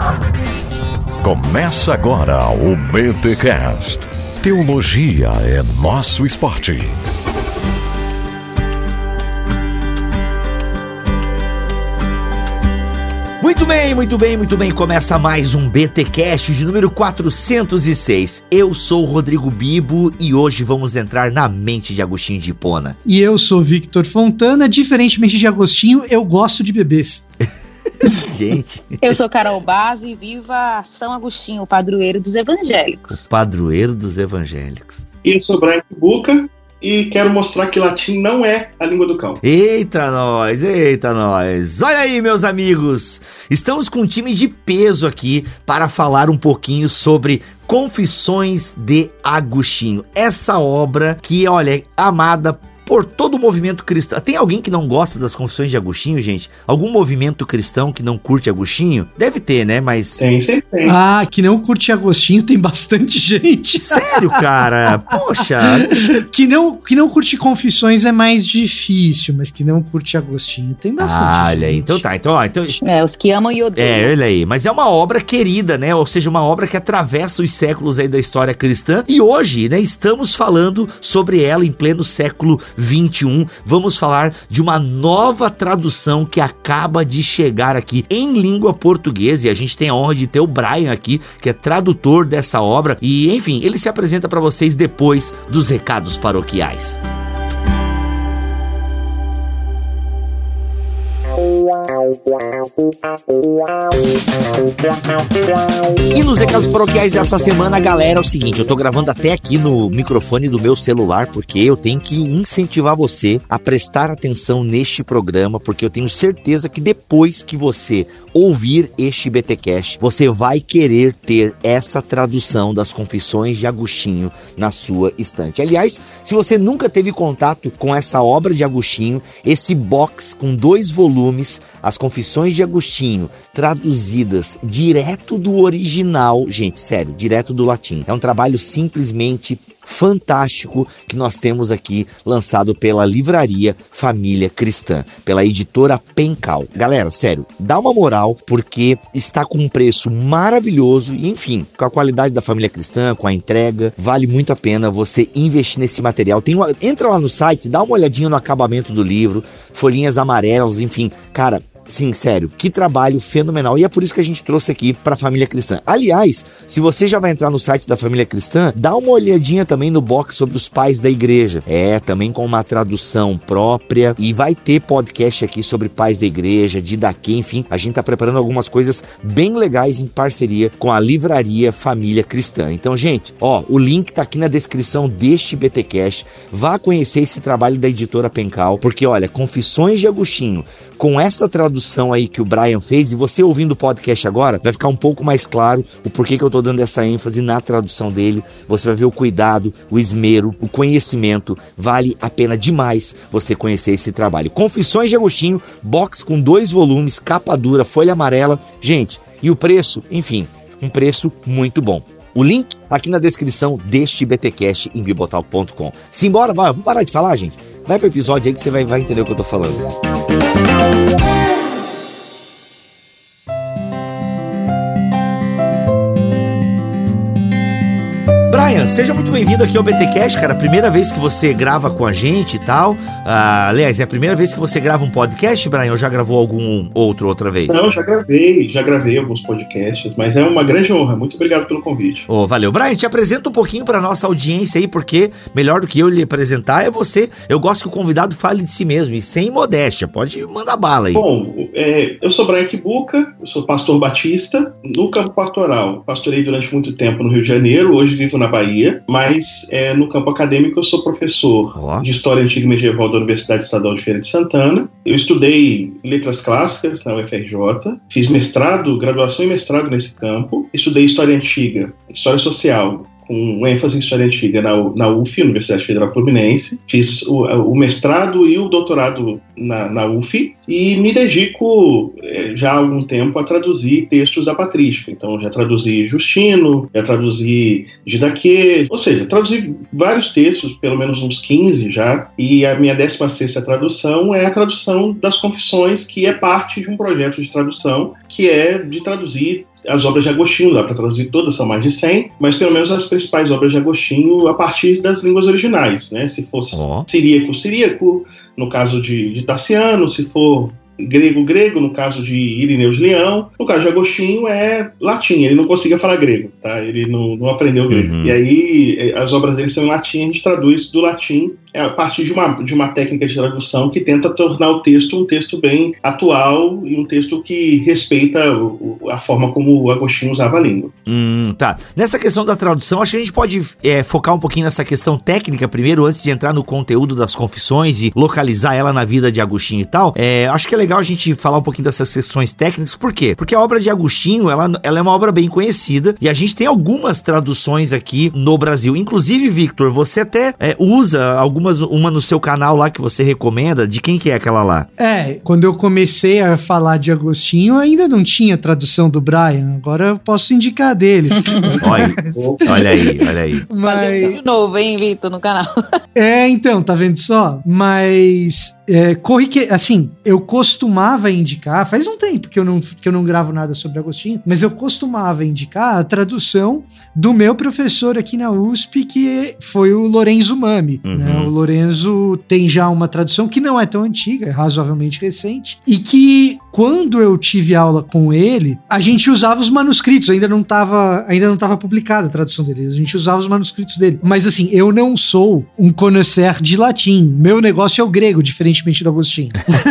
Começa agora o BTcast. Teologia é nosso esporte. Muito bem. Começa mais um BTcast de número 406. Eu sou o Rodrigo Bibo e hoje vamos entrar na mente de Agostinho de Hipona. E eu sou Victor Fontana. Diferentemente de Agostinho, eu gosto de bebês. Gente. Eu sou Carol Baz e viva São Agostinho, o padroeiro dos evangélicos. O padroeiro dos evangélicos. E eu sou Brian Buca e quero mostrar que latim não é a língua do cão. Eita nós! Olha aí, meus amigos! Estamos com um time de peso aqui para falar um pouquinho sobre Confissões de Agostinho. Essa obra que, olha, é amada por todo o movimento cristão. Tem alguém que não gosta das Confissões de Agostinho, gente? Algum movimento cristão que não curte Agostinho? Deve ter, né? Mas... Sempre tem. Ah, que não curte Agostinho tem bastante gente. Sério, cara? Poxa. Que não curte Confissões é mais difícil, mas que não curte Agostinho tem bastante gente. Olha aí, então tá. Então... Os que amam e odeiam. Olha aí. Mas é uma obra querida, né? Ou seja, uma obra que atravessa os séculos aí da história cristã. E hoje, né, estamos falando sobre ela em pleno século 21, vamos falar de uma nova tradução que acaba de chegar aqui em língua portuguesa, e a gente tem a honra de ter o Brian aqui, que é tradutor dessa obra, e enfim, ele se apresenta para vocês depois dos recados paroquiais. E nos recados paroquiais dessa semana, galera, é o seguinte, eu tô gravando até aqui no microfone do meu celular, porque eu tenho que incentivar você a prestar atenção neste programa, porque eu tenho certeza que depois que você ouvir este BTcast, você vai querer ter essa tradução das Confissões de Agostinho na sua estante. Aliás, se você nunca teve contato com essa obra de Agostinho, esse box com 2 volumes, as Confissões de Agostinho, traduzidas direto do original, gente, sério, direto do latim. É um trabalho simplesmente fantástico que nós temos aqui, lançado pela livraria Família Cristã, pela editora Pencal. Galera, sério, dá uma moral, porque está com um preço maravilhoso e, enfim, com a qualidade da Família Cristã, com a entrega, vale muito a pena você investir nesse material. Entra lá no site, dá uma olhadinha no acabamento do livro, folhinhas amarelas, enfim, cara, sim, sério, que trabalho fenomenal, e é por isso que a gente trouxe aqui para a Família Cristã. Aliás, se você já vai entrar no site da Família Cristã, dá uma olhadinha também no box sobre os pais da igreja, também com uma tradução própria, e vai ter podcast aqui sobre pais da igreja, Didaquê, enfim, a gente tá preparando algumas coisas bem legais em parceria com a livraria Família Cristã. Então, gente, o link tá aqui na descrição deste BTcast, vá conhecer esse trabalho da editora Pencal, porque olha, Confissões de Agostinho, com essa tradução aí que o Brian fez, e você ouvindo o podcast agora, vai ficar um pouco mais claro o porquê que eu tô dando essa ênfase na tradução dele. Você vai ver o cuidado, o esmero, o conhecimento. Vale a pena demais você conhecer esse trabalho. Confissões de Agostinho, box com 2 volumes, capa dura, folha amarela. Gente, e o preço, enfim, um preço muito bom. O link aqui na descrição deste BTcast em bibotalk.com. Simbora, vamos parar de falar, gente. Vai pro episódio aí que você vai entender o que eu tô falando. Brian, seja muito bem-vindo aqui ao BTcast, cara. Primeira vez que você grava com a gente e tal. Aliás, é a primeira vez que você grava um podcast, Brian, ou já gravou algum outra vez? Não, já gravei alguns podcasts, mas é uma grande honra. Muito obrigado pelo convite. Valeu. Brian, te apresenta um pouquinho pra nossa audiência aí, porque melhor do que eu lhe apresentar é você. Eu gosto que o convidado fale de si mesmo, e sem modéstia. Pode mandar bala aí. Bom, eu sou Brian Buca, eu sou pastor batista no campo pastoral. Pastorei durante muito tempo no Rio de Janeiro, hoje vivo na Bahia, mas no campo acadêmico eu sou professor de História Antiga e Medieval da Universidade Estadual de Feira de Santana. Eu estudei Letras Clássicas na UFRJ, fiz mestrado, graduação e mestrado nesse campo, estudei História Antiga, História Social, com ênfase em História Antiga na UF, Universidade Federal Fluminense. Fiz o mestrado e o doutorado na UF e me dedico já há algum tempo a traduzir textos da patrística. Então já traduzi Justino, já traduzi Didaquê, ou seja, traduzi vários textos, pelo menos uns 15 já, e a minha 16ª tradução é a tradução das Confissões, que é parte de um projeto de tradução que é de traduzir as obras de Agostinho, não dá para traduzir todas, são mais de 100, mas pelo menos as principais obras de Agostinho a partir das línguas originais, né? Se fosse siríaco, no caso de Tassiano, se for grego, no caso de Irineu de Leão. No caso de Agostinho é latim, ele não conseguia falar grego, tá? Ele não aprendeu grego. E aí as obras dele são em latim, a gente traduz do latim a partir de uma técnica de tradução que tenta tornar o texto um texto bem atual e um texto que respeita a forma como o Agostinho usava a língua. Tá. Nessa questão da tradução, acho que a gente pode focar um pouquinho nessa questão técnica primeiro, antes de entrar no conteúdo das confissões e localizar ela na vida de Agostinho e tal. Acho que é legal a gente falar um pouquinho dessas questões técnicas. Por quê? Porque a obra de Agostinho, ela é uma obra bem conhecida e a gente tem algumas traduções aqui no Brasil. Inclusive, Victor, você até usa uma no seu canal lá que você recomenda. De quem que é aquela lá? Quando eu comecei a falar de Agostinho, ainda não tinha tradução do Brian. Agora eu posso indicar dele. Olha aí. Fazer um vídeo novo, hein, Vitor, no canal. Então, tá vendo só? Mas assim, eu costumava indicar, faz um tempo que eu não gravo nada sobre Agostinho, mas eu costumava indicar a tradução do meu professor aqui na USP, que foi o Lorenzo Mami, né? O Lorenzo tem já uma tradução que não é tão antiga, é razoavelmente recente, e que quando eu tive aula com ele, a gente usava os manuscritos, ainda não tava publicada a tradução dele, a gente usava os manuscritos dele. Mas assim, eu não sou um conhecer de latim, meu negócio é o grego, diferentemente do Agostinho.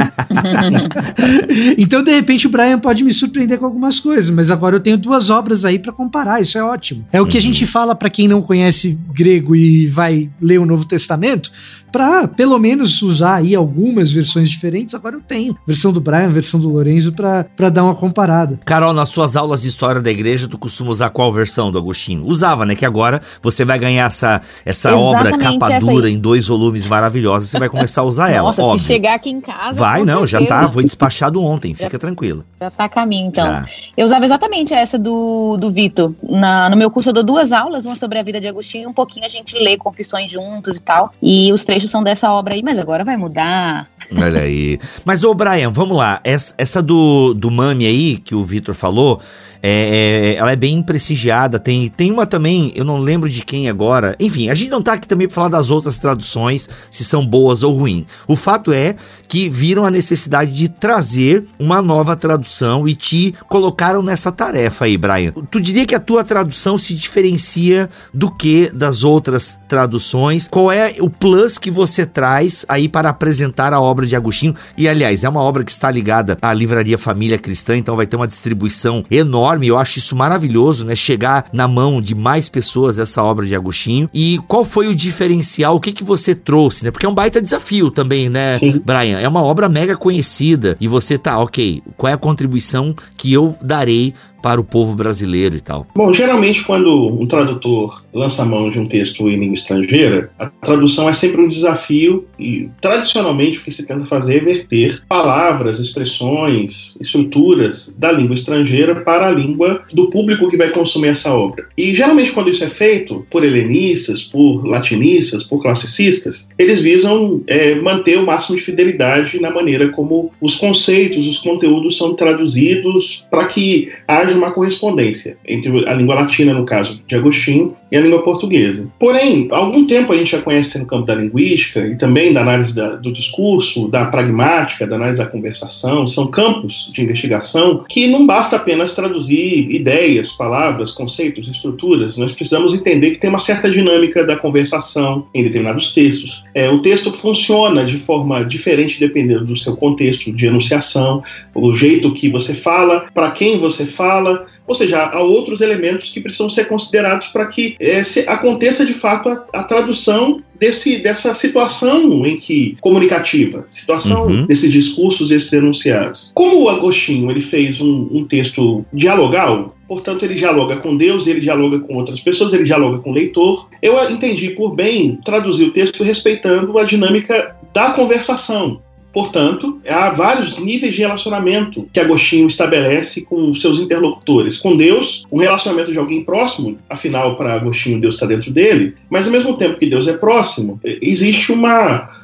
Então, de repente, o Brian pode me surpreender com algumas coisas, mas agora eu tenho 2 obras aí pra comparar, isso é ótimo. É o que a gente fala pra quem não conhece grego e vai ler o Novo Testamento, pra pelo menos usar aí algumas versões diferentes. Agora eu tenho versão do Brian, versão do Lorenzo pra dar uma comparada. Carol, nas suas aulas de história da igreja, tu costuma usar qual versão do Agostinho? Usava, né? Que agora você vai ganhar essa obra capa dura em 2 volumes maravilhosa, você vai começar a usar ela. Nossa, óbvio. Se chegar aqui em casa, vai, não, já tá, foi despachado ontem, fica tranquilo. Já tá a caminho, então. Já. Eu usava exatamente essa do Vitor. No meu curso eu dou 2 aulas, uma sobre a vida de Agostinho e um pouquinho a gente lê Confissões juntos e tal, e os trechos são dessa obra aí, mas agora vai mudar. Olha aí. Mas, Brian, vamos lá, essa do Mami aí, que o Vitor falou, ela é bem prestigiada, tem uma também, eu não lembro de quem agora, enfim, a gente não tá aqui também pra falar das outras traduções, se são boas ou ruins. O fato é que viram a necessidade de trazer uma nova tradução e te colocaram nessa tarefa aí, Brian. Tu diria que a tua tradução se diferencia do que das outras traduções? Qual é o plus que você traz aí para apresentar a obra de Agostinho? E, aliás, é uma obra que está ligada à Livraria Família Cristã, então vai ter uma distribuição enorme. Eu acho isso maravilhoso, né? Chegar na mão de mais pessoas essa obra de Agostinho. E qual foi o diferencial? O que você trouxe, né? Porque é um baita desafio também, né, Sim. Brian? É uma obra mega conhecida e você ok, qual é a contribuição que eu darei para o povo brasileiro e tal? Bom, geralmente quando um tradutor lança a mão de um texto em língua estrangeira, a tradução é sempre um desafio e, tradicionalmente, o que se tenta fazer é verter palavras, expressões, estruturas da língua estrangeira para a língua do público que vai consumir essa obra. E, geralmente, quando isso é feito por helenistas, por latinistas, por classicistas, eles visam manter o máximo de fidelidade na maneira como os conceitos, os conteúdos são traduzidos para que haja uma correspondência entre a língua latina, no caso de Agostinho, e a língua portuguesa. Porém, há algum tempo a gente já conhece no campo da linguística e também da análise do discurso, da pragmática, da análise da conversação, são campos de investigação que não basta apenas traduzir ideias, palavras, conceitos, estruturas. Nós precisamos entender que tem uma certa dinâmica da conversação em determinados textos. O texto funciona de forma diferente dependendo do seu contexto de enunciação, o jeito que você fala, para quem você fala, ou seja, há outros elementos que precisam ser considerados para que aconteça de fato a tradução dessa situação comunicativa, desses discursos, esses enunciados. Como o Agostinho ele fez um texto dialogal, portanto ele dialoga com Deus, ele dialoga com outras pessoas, ele dialoga com o leitor, eu entendi por bem traduzir o texto respeitando a dinâmica da conversação. Portanto, há vários níveis de relacionamento que Agostinho estabelece com seus interlocutores. Com Deus, um relacionamento de alguém próximo, afinal, para Agostinho, Deus está dentro dele, mas ao mesmo tempo que Deus é próximo, existe uma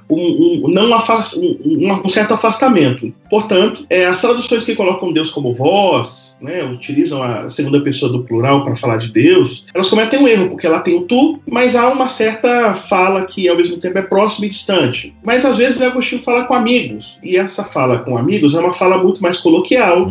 um certo afastamento. Portanto, as traduções que colocam Deus como vós, né, utilizam a segunda pessoa do plural para falar de Deus, elas cometem um erro, porque ela tem o tu, mas há uma certa fala que ao mesmo tempo é próxima e distante. Mas às vezes Agostinho fala com amigos, e essa fala com amigos é uma fala muito mais coloquial.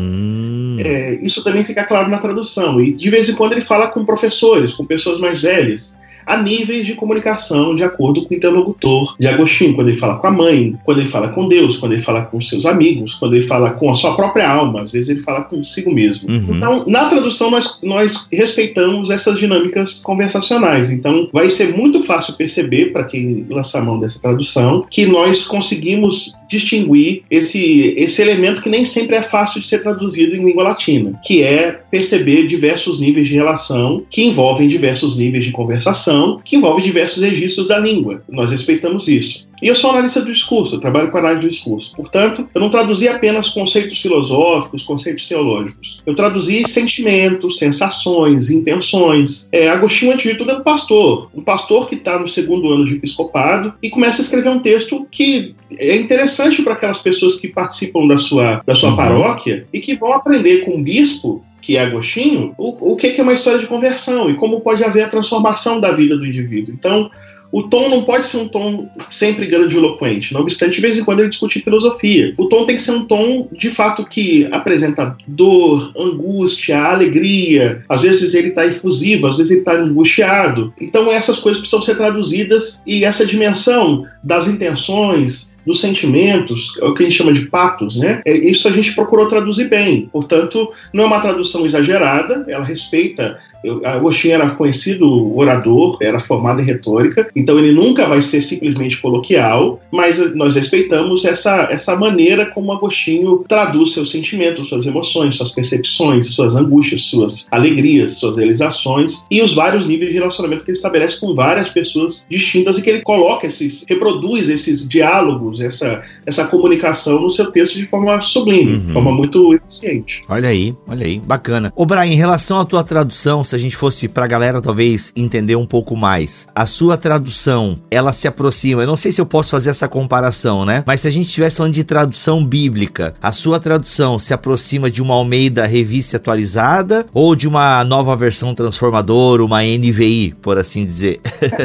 Isso também fica claro na tradução. E de vez em quando ele fala com professores, com pessoas mais velhas, a níveis de comunicação de acordo com o interlocutor de Agostinho, quando ele fala com a mãe, quando ele fala com Deus, quando ele fala com seus amigos, quando ele fala com a sua própria alma, às vezes ele fala consigo mesmo. Então, na tradução, nós respeitamos essas dinâmicas conversacionais. Então, vai ser muito fácil perceber, para quem lança a mão dessa tradução, que nós conseguimos distinguir esse elemento que nem sempre é fácil de ser traduzido em língua latina, que é perceber diversos níveis de relação, que envolvem diversos níveis de conversação, que envolve diversos registros da língua. Nós respeitamos isso. E eu sou analista do discurso, eu trabalho com análise do discurso. Portanto, eu não traduzi apenas conceitos filosóficos, conceitos teológicos. Eu traduzi sentimentos, sensações, intenções. Agostinho, antes de tudo, é um pastor que está no 2º ano de episcopado e começa a escrever um texto que é interessante para aquelas pessoas que participam da sua paróquia e que vão aprender com um bispo, que é Agostinho, o que é uma história de conversão e como pode haver a transformação da vida do indivíduo. Então, o tom não pode ser um tom sempre grandiloquente, não obstante, de vez em quando ele discute filosofia. O tom tem que ser um tom, de fato, que apresenta dor, angústia, alegria. Às vezes ele está efusivo, às vezes ele está angustiado. Então essas coisas precisam ser traduzidas e essa dimensão das intenções, dos sentimentos, o que a gente chama de patos, né? Isso a gente procurou traduzir bem. Portanto, não é uma tradução exagerada, ela respeita. Agostinho era conhecido orador, era formado em retórica, então ele nunca vai ser simplesmente coloquial, mas nós respeitamos essa maneira como Agostinho traduz seus sentimentos, suas emoções, suas percepções, suas angústias, suas alegrias, suas realizações e os vários níveis de relacionamento que ele estabelece com várias pessoas distintas e que ele coloca reproduz esses diálogos, essa comunicação no seu texto de forma sublime, de forma muito eficiente. Olha aí, bacana. Ô Brian, em relação à tua tradução, se a gente fosse pra galera talvez entender um pouco mais, a sua tradução, ela se aproxima, eu não sei se eu posso fazer essa comparação, né? Mas se a gente estivesse falando de tradução bíblica, a sua tradução se aproxima de uma Almeida Revista Atualizada ou de uma nova versão transformadora, uma NVI, por assim dizer?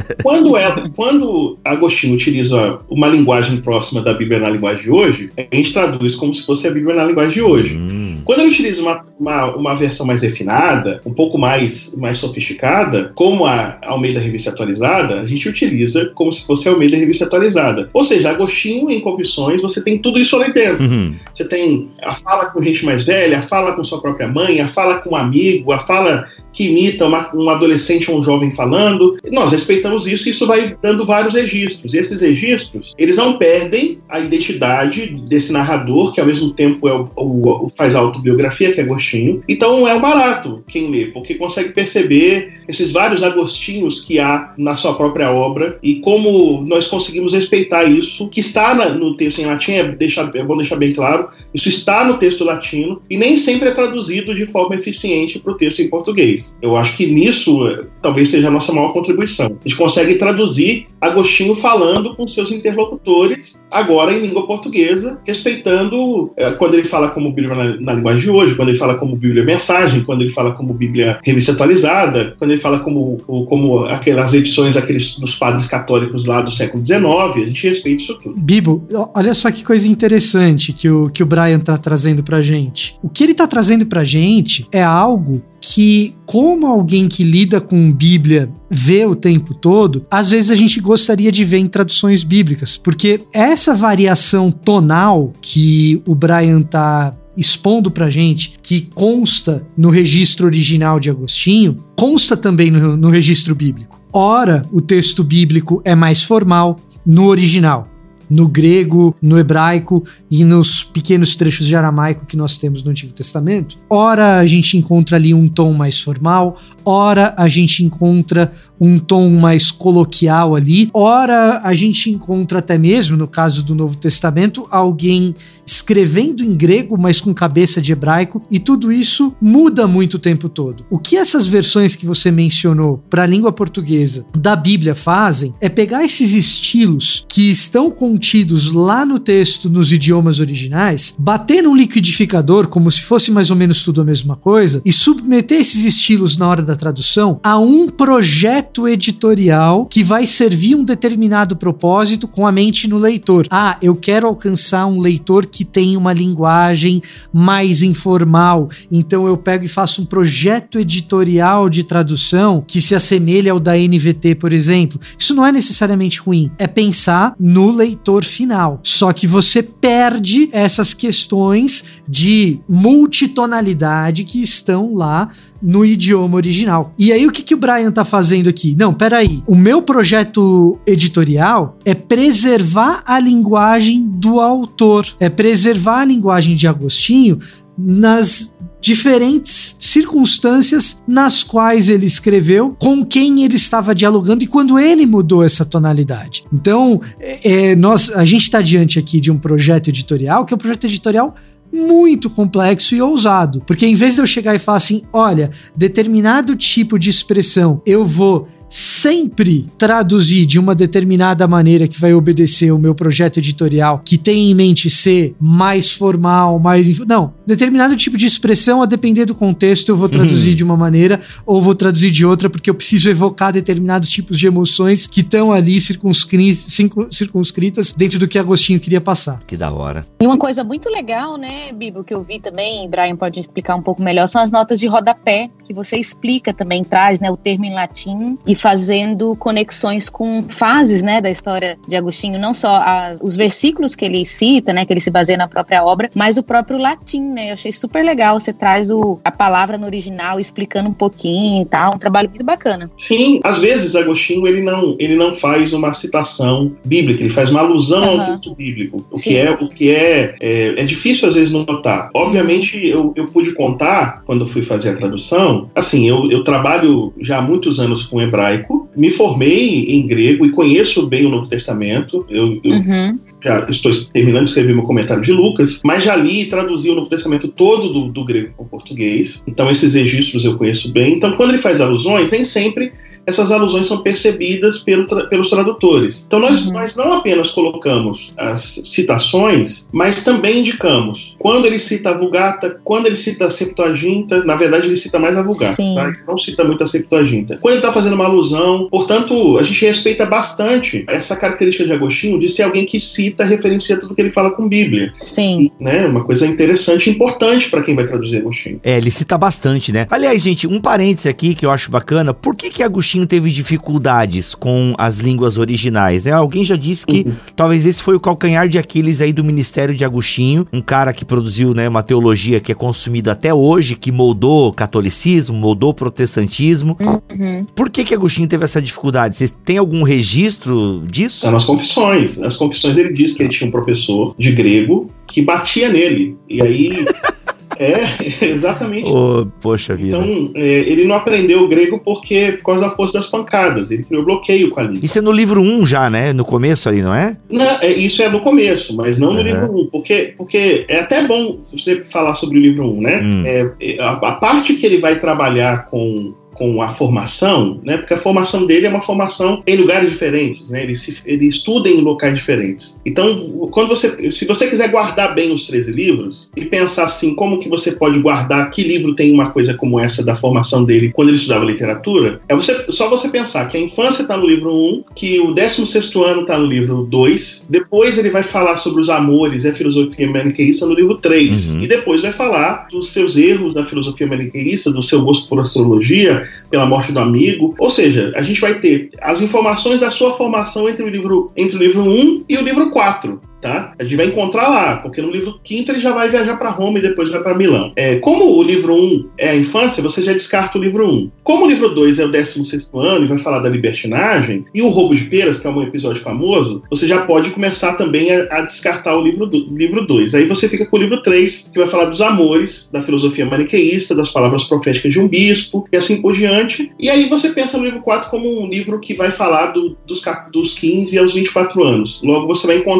Quando Agostinho utiliza uma linguagem próxima da Bíblia na linguagem de hoje, a gente traduz como se fosse a Bíblia na linguagem de hoje. Quando ele utiliza uma versão mais refinada, um pouco mais sofisticada, como a Almeida Revista Atualizada, a gente utiliza como se fosse a Almeida Revista Atualizada. Ou seja, Agostinho, em Confissões, você tem tudo isso ali dentro. Você tem a fala com gente mais velha, a fala com sua própria mãe, a fala com um amigo, a fala que imita um adolescente ou um jovem falando. Nós respeitamos isso e isso vai dando vários registros. E esses registros, eles não perdem a identidade desse narrador, que ao mesmo tempo faz a autobiografia, que é Agostinho. Então é um barato quem lê, porque consegue perceber esses vários Agostinhos que há na sua própria obra e como nós conseguimos respeitar isso, que está no texto em latim, é bom deixar bem claro, isso está no texto latino e nem sempre é traduzido de forma eficiente para o texto em português. Eu acho que nisso talvez seja a nossa maior contribuição. A gente consegue traduzir Agostinho falando com seus interlocutores, agora em língua portuguesa, respeitando quando ele fala como Bíblia na linguagem de hoje, quando ele fala como Bíblia Mensagem, quando ele fala como Bíblia Revista Atualizada, quando ele fala como aquelas edições dos padres católicos lá do século XIX, a gente respeita isso tudo. Bibo, olha só que coisa interessante que o Brian tá trazendo pra gente. O que ele tá trazendo pra gente é algo que, como alguém que lida com Bíblia vê o tempo todo, às vezes a gente gostaria de ver em traduções bíblicas, porque essa variação tonal que o Brian tá expondo pra gente, que consta no registro original de Agostinho, consta também no registro bíblico. Ora, o texto bíblico é mais formal no original, no grego, no hebraico e nos pequenos trechos de aramaico que nós temos no Antigo Testamento. Ora, a gente encontra ali um tom mais formal, ora a gente encontra um tom mais coloquial ali, ora a gente encontra até mesmo, no caso do Novo Testamento, alguém escrevendo em grego, mas com cabeça de hebraico, e tudo isso muda muito o tempo todo. O que essas versões que você mencionou para a língua portuguesa da Bíblia fazem é pegar esses estilos que estão contidos contidos lá no texto nos idiomas originais, bater num liquidificador como se fosse mais ou menos tudo a mesma coisa e submeter esses estilos na hora da tradução a um projeto editorial que vai servir um determinado propósito com a mente no leitor. Ah, eu quero alcançar um leitor que tem uma linguagem mais informal, então eu pego e faço um projeto editorial de tradução que se assemelha ao da NVT, por exemplo. Isso não é necessariamente ruim, é pensar no leitor final. Só que você perde essas questões de multitonalidade que estão lá no idioma original. E aí o que o Brian tá fazendo aqui? Não, peraí. O meu projeto editorial é preservar a linguagem do autor, é preservar a linguagem de Agostinho nas diferentes circunstâncias nas quais ele escreveu, com quem ele estava dialogando e quando ele mudou essa tonalidade. Então, a gente está diante aqui de um projeto editorial, que é um projeto editorial muito complexo e ousado, porque em vez de eu chegar e falar assim, olha, determinado tipo de expressão eu vou sempre traduzir de uma determinada maneira que vai obedecer o meu projeto editorial, que tem em mente ser mais formal, não, determinado tipo de expressão, a depender do contexto, eu vou traduzir de uma maneira ou vou traduzir de outra, porque eu preciso evocar determinados tipos de emoções que estão ali circunscritas dentro do que Agostinho queria passar. Que da hora. E uma coisa muito legal, né, Bibo, que eu vi também, Brian pode explicar um pouco melhor, são as notas de rodapé, que você explica também, traz, né, o termo em latim e fazendo conexões com fases, né, da história de Agostinho, não só os versículos que ele cita, né, que ele se baseia na própria obra, mas o próprio latim, né, eu achei super legal, você traz a palavra no original explicando um pouquinho e tal, um trabalho muito bacana. Sim, às vezes Agostinho, ele não faz uma citação bíblica, ele faz uma alusão ao texto bíblico, o que é difícil às vezes notar. Obviamente, eu pude contar, quando eu fui fazer a tradução, assim, eu trabalho já há muitos anos com hebraico, me formei em grego e conheço bem o Novo Testamento. Eu já estou terminando de escrever meu comentário de Lucas, mas já li e traduzi o Novo Testamento todo do grego para o português. Então esses registros eu conheço bem. Então quando ele faz alusões, nem sempre essas alusões são percebidas pelos tradutores. Então nós não apenas colocamos as citações, mas também indicamos. Quando ele cita a Vulgata, quando ele cita a Septuaginta, na verdade ele cita mais a Vulgata, tá? Ele não cita muito a Septuaginta. Quando ele está fazendo uma alusão, portanto, a gente respeita bastante essa característica de Agostinho de ser alguém que cita, referencia tudo que ele fala com Bíblia. Sim. Né? Uma coisa interessante e importante para quem vai traduzir Agostinho. Ele cita bastante, né? Aliás, gente, um parêntese aqui que eu acho bacana, por que Agostinho teve dificuldades com as línguas originais, né? Alguém já disse que talvez esse foi o calcanhar de Aquiles aí do ministério de Agostinho, um cara que produziu, né, uma teologia que é consumida até hoje, que moldou o catolicismo, moldou o protestantismo. Por que Agostinho teve essa dificuldade? Vocês têm algum registro disso? Nas confissões. Nas confissões ele diz que ele tinha um professor de grego que batia nele. E aí... exatamente. Poxa vida. Então, ele não aprendeu grego por causa da força das pancadas. Ele criou bloqueio com a língua. Isso é no livro 1 já, né? No começo ali, não é? Não, isso é no começo, mas não no livro 1. Porque é até bom você falar sobre o livro 1, né? A parte que ele vai trabalhar com a formação, né? Porque a formação dele é uma formação em lugares diferentes, né? Ele estuda em locais diferentes. Então, se você quiser guardar bem os 13 livros e pensar assim, como que você pode guardar que livro tem uma coisa como essa da formação dele quando ele estudava literatura, só você pensar que a infância está no livro 1, que o 16º ano está no livro 2, depois ele vai falar sobre os amores e a filosofia maniqueísta no livro 3, e depois vai falar dos seus erros da filosofia maniqueísta, do seu gosto por astrologia, pela morte do amigo. Ou seja, a gente vai ter as informações da sua formação entre o livro 1 e o livro 4. Tá? A gente vai encontrar lá, porque no livro 5º ele já vai viajar para Roma e depois vai para Milão. Como o livro 1 é a infância, você já descarta o livro 1. Como o livro 2 é o 16º ano e vai falar da libertinagem, e o roubo de peras, que é um episódio famoso, você já pode começar também a descartar o livro 2. Aí você fica com o livro 3, que vai falar dos amores, da filosofia maniqueísta, das palavras proféticas de um bispo, e assim por diante. E aí você pensa no livro 4 como um livro que vai falar dos 15 aos 24 anos. Logo você vai encontrar os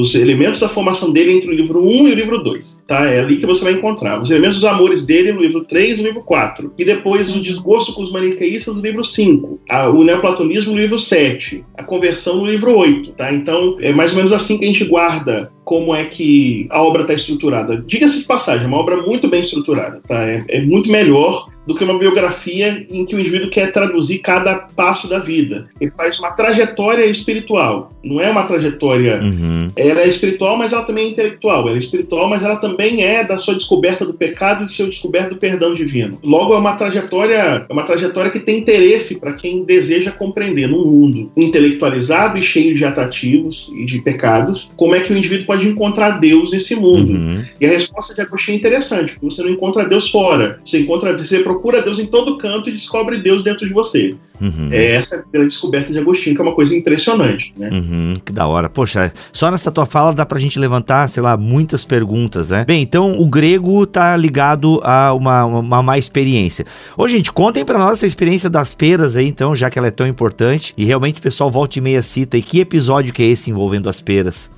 os elementos da formação dele entre o livro 1 e o livro 2, tá? É ali que você vai encontrar os elementos dos amores dele no livro 3 e no livro 4, e depois o desgosto com os maniqueístas no livro 5, o neoplatonismo no livro 7, a conversão no livro 8, tá? Então, é mais ou menos assim que a gente guarda como é que a obra está estruturada. Diga-se de passagem, é uma obra muito bem estruturada, tá? É muito melhor do que uma biografia em que o indivíduo quer traduzir cada passo da vida. Ele faz uma trajetória espiritual. Não é uma trajetória... Ela é espiritual, mas ela também é intelectual. Ela é espiritual, mas ela também é da sua descoberta do pecado e do seu descoberta do perdão divino. Logo, é uma trajetória que tem interesse para quem deseja compreender num mundo intelectualizado e cheio de atrativos e de pecados, como é que o indivíduo pode encontrar Deus nesse mundo. E a resposta de Agostinho é interessante, porque você não encontra Deus fora. Você procura Deus em todo canto e descobre Deus dentro de você. Essa é a descoberta de Agostinho, que é uma coisa impressionante, né? Que da hora. Poxa, só nessa tua fala dá pra gente levantar, sei lá, muitas perguntas, né? Bem, então o grego tá ligado a uma má experiência. Ô, gente, contem pra nós essa experiência das peras aí, então, já que ela é tão importante. E realmente o pessoal volta e meia cita. E que episódio que é esse envolvendo as peras?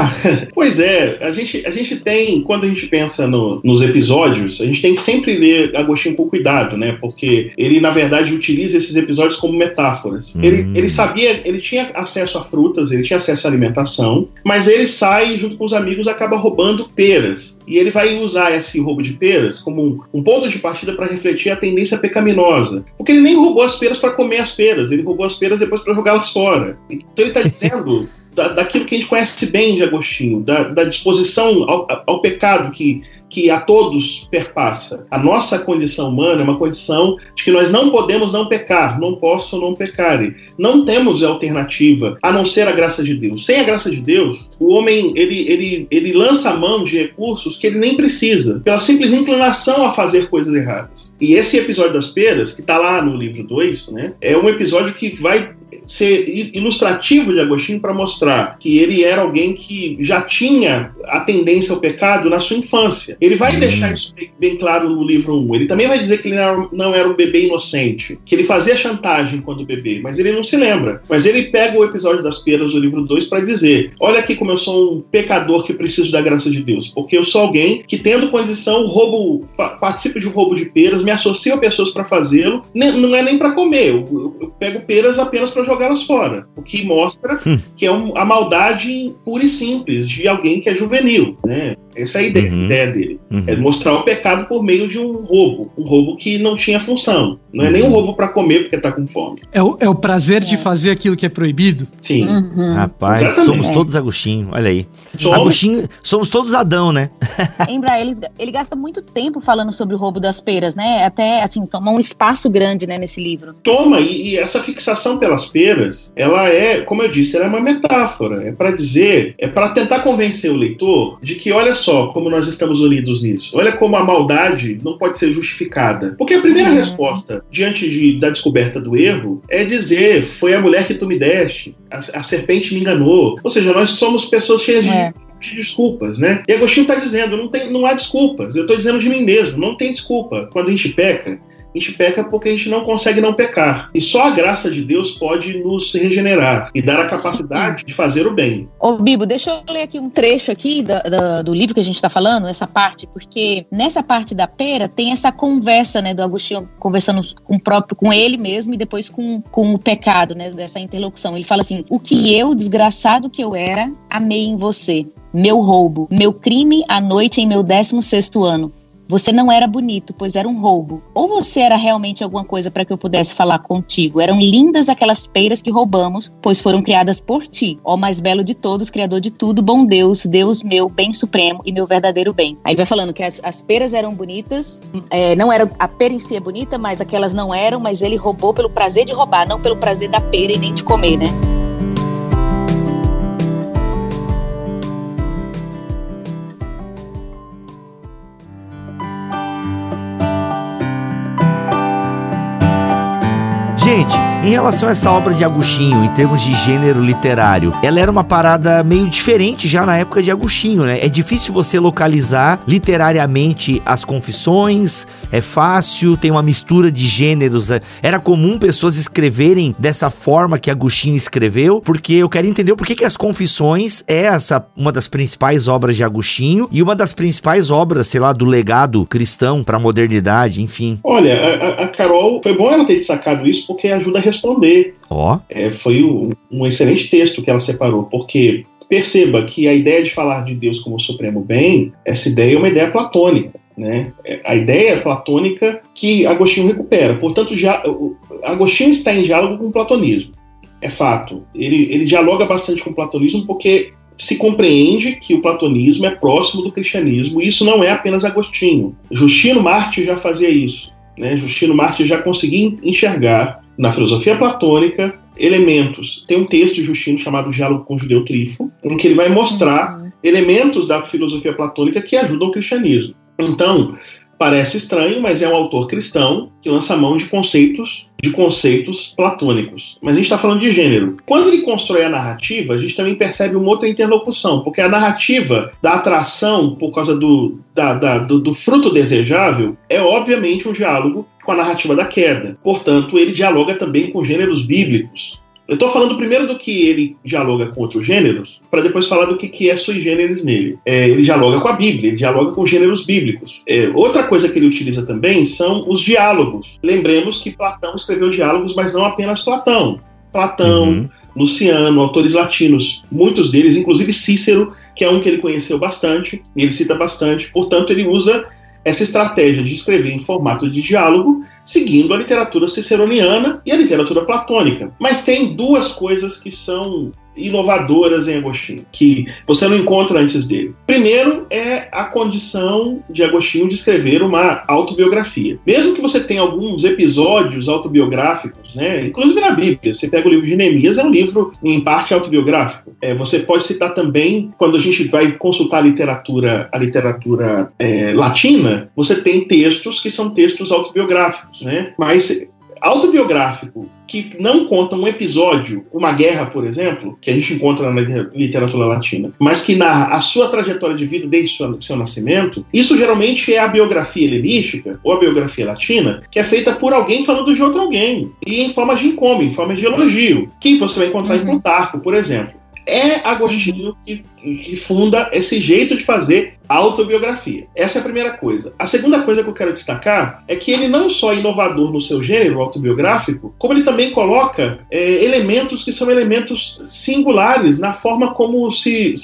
Pois é, a gente tem, quando a gente pensa nos episódios, a gente tem que sempre ler Agostinho com cuidado, né? Porque ele, na verdade, utiliza esses episódios como metáforas. Ele sabia, ele tinha acesso a frutas, ele tinha acesso à alimentação, mas ele sai, junto com os amigos, acaba roubando peras. E ele vai usar esse roubo de peras como um ponto de partida para refletir a tendência pecaminosa. Porque ele nem roubou as peras para comer as peras, ele roubou as peras depois para jogá-las fora. Então ele está dizendo... daquilo que a gente conhece bem de Agostinho, da disposição ao pecado que a todos perpassa. A nossa condição humana é uma condição de que nós não podemos não pecar, não posso não pecare. Não temos alternativa a não ser a graça de Deus. Sem a graça de Deus, o homem ele lança a mão de recursos que ele nem precisa, pela simples inclinação a fazer coisas erradas. E esse episódio das peras, que está lá no livro 2, né, é um episódio que vai ser ilustrativo de Agostinho para mostrar que ele era alguém que já tinha a tendência ao pecado na sua infância. Ele vai deixar isso bem claro no livro 1. Ele também vai dizer que ele não era um bebê inocente, que ele fazia chantagem quando bebê, mas ele não se lembra. Mas ele pega o episódio das peras do livro 2 para dizer: olha aqui como eu sou um pecador que preciso da graça de Deus, porque eu sou alguém que, tendo condição, participo de um roubo de peras, me associo a pessoas para fazê-lo, não é nem para comer, eu pego peras apenas para jogá-las fora, o que mostra que é a maldade pura e simples de alguém que é juvenil, né? Essa é a ideia dele. É mostrar o pecado por meio de um roubo que não tinha função. Não é nem um roubo para comer porque tá com fome. É o prazer de fazer aquilo que é proibido? Sim. Rapaz, exatamente. Somos todos Agostinho, olha aí. Agostinho, somos todos Adão, né? Ele gasta muito tempo falando sobre o roubo das peras, né? Até, assim, toma um espaço grande, né, nesse livro. Toma, e essa fixação pelas peras, ela é, como eu disse, ela é uma metáfora. É para tentar convencer o leitor de que, olha só como nós estamos unidos nisso. Olha como a maldade não pode ser justificada. Porque a primeira resposta diante da descoberta do erro é dizer: foi a mulher que tu me deste, a serpente me enganou. Ou seja, nós somos pessoas cheias de desculpas, né? E Agostinho está dizendo: não há desculpas. Eu estou dizendo de mim mesmo, não tem desculpa. Quando a gente peca porque a gente não consegue não pecar. E só a graça de Deus pode nos regenerar e dar a capacidade de fazer o bem. Ô, Bibo, deixa eu ler aqui um trecho aqui do livro que a gente está falando, essa parte, porque nessa parte da pera tem essa conversa, né, do Agostinho conversando com ele mesmo e depois com o pecado, né, dessa interlocução. Ele fala assim: o que eu, desgraçado que eu era, amei em você. Meu roubo, meu crime à noite em meu 16º ano. Você não era bonito, pois era um roubo. Ou você era realmente alguma coisa para que eu pudesse falar contigo? Eram lindas aquelas peras que roubamos, pois foram criadas por ti. Ó mais belo de todos, criador de tudo, bom Deus, Deus meu, bem supremo e meu verdadeiro bem. Aí vai falando que as peras eram bonitas, não era a pera em si é bonita, mas aquelas não eram, mas ele roubou pelo prazer de roubar, não pelo prazer da pera e nem de comer, né? Gente, Em relação a essa obra de Agostinho, em termos de gênero literário, ela era uma parada meio diferente já na época de Agostinho, né? É difícil você localizar literariamente as confissões, é fácil, tem uma mistura de gêneros. Era comum pessoas escreverem dessa forma que Agostinho escreveu, porque eu quero entender por que as confissões é uma das principais obras de Agostinho e uma das principais obras, sei lá, do legado cristão para a modernidade, enfim. Olha, a Carol, foi bom ela ter destacado isso porque ajuda a responder. Foi um excelente texto que ela separou, porque perceba que a ideia de falar de Deus como supremo bem, essa ideia é uma ideia platônica, né? A ideia platônica que Agostinho recupera. Portanto, Agostinho está em diálogo com o platonismo. É fato. Ele dialoga bastante com o platonismo porque se compreende que o platonismo é próximo do cristianismo, e isso não é apenas Agostinho. Justino Mártir já fazia isso, né? Justino Mártir já conseguia enxergar na filosofia platônica elementos. Tem um texto de Justino chamado Diálogo com o Judeu Trífo, em que ele vai mostrar elementos da filosofia platônica que ajudam o cristianismo. Então, parece estranho, mas é um autor cristão que lança mão de conceitos platônicos. Mas a gente está falando de gênero. Quando ele constrói a narrativa, a gente também percebe uma outra interlocução, porque a narrativa da atração por causa do fruto desejável é obviamente um diálogo com a narrativa da queda. Portanto, ele dialoga também com gêneros bíblicos. Eu estou falando primeiro do que ele dialoga com outros gêneros, para depois falar do que é sui generis nele. Ele dialoga com a Bíblia, ele dialoga com gêneros bíblicos. Outra coisa que ele utiliza também são os diálogos. Lembremos que Platão escreveu diálogos, mas não apenas Platão. Luciano, autores latinos, muitos deles, inclusive Cícero, que é um que ele conheceu bastante, e ele cita bastante. Portanto, ele usa essa estratégia de escrever em formato de diálogo, seguindo a literatura ciceroniana e a literatura platônica. Mas tem duas coisas que são inovadoras em Agostinho, que você não encontra antes dele. Primeiro é a condição de Agostinho de escrever uma autobiografia. Mesmo que você tenha alguns episódios autobiográficos, né, inclusive na Bíblia, você pega o livro de Neemias, é um livro em parte autobiográfico. Você pode citar também, quando a gente vai consultar a literatura latina, você tem textos que são textos autobiográficos, né? Mas autobiográfico que não conta um episódio, uma guerra, por exemplo, que a gente encontra na literatura latina, mas que narra a sua trajetória de vida desde seu nascimento, isso geralmente é a biografia helenística ou a biografia latina, que é feita por alguém falando de outro alguém, e em forma de encômio, em forma de elogio, que você vai encontrar em Plutarco, por exemplo. É Agostinho que funda esse jeito de fazer autobiografia. Essa é a primeira coisa. A segunda coisa que eu quero destacar é que ele não só é inovador no seu gênero autobiográfico, como ele também coloca elementos que são elementos singulares na forma como se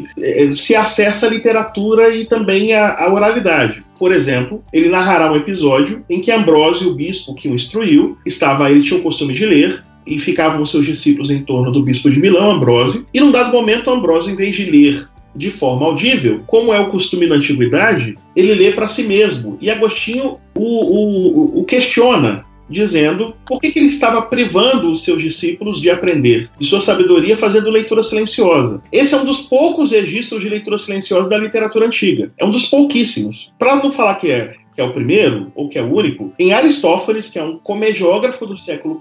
acessa a literatura e também a oralidade. Por exemplo, ele narrará um episódio em que Ambrósio, o bispo que o instruiu, ele tinha o costume de ler, e ficavam os seus discípulos em torno do bispo de Milão, Ambrósio, e num dado momento Ambrósio, em vez de ler de forma audível, como é o costume na antiguidade, ele lê para si mesmo. E Agostinho o questiona, dizendo por que ele estava privando os seus discípulos de aprender, de sua sabedoria, fazendo leitura silenciosa. Esse é um dos poucos registros de leitura silenciosa da literatura antiga. É um dos pouquíssimos. Para não falar que é o primeiro, ou que é o único, em Aristófanes, que é um comediógrafo do século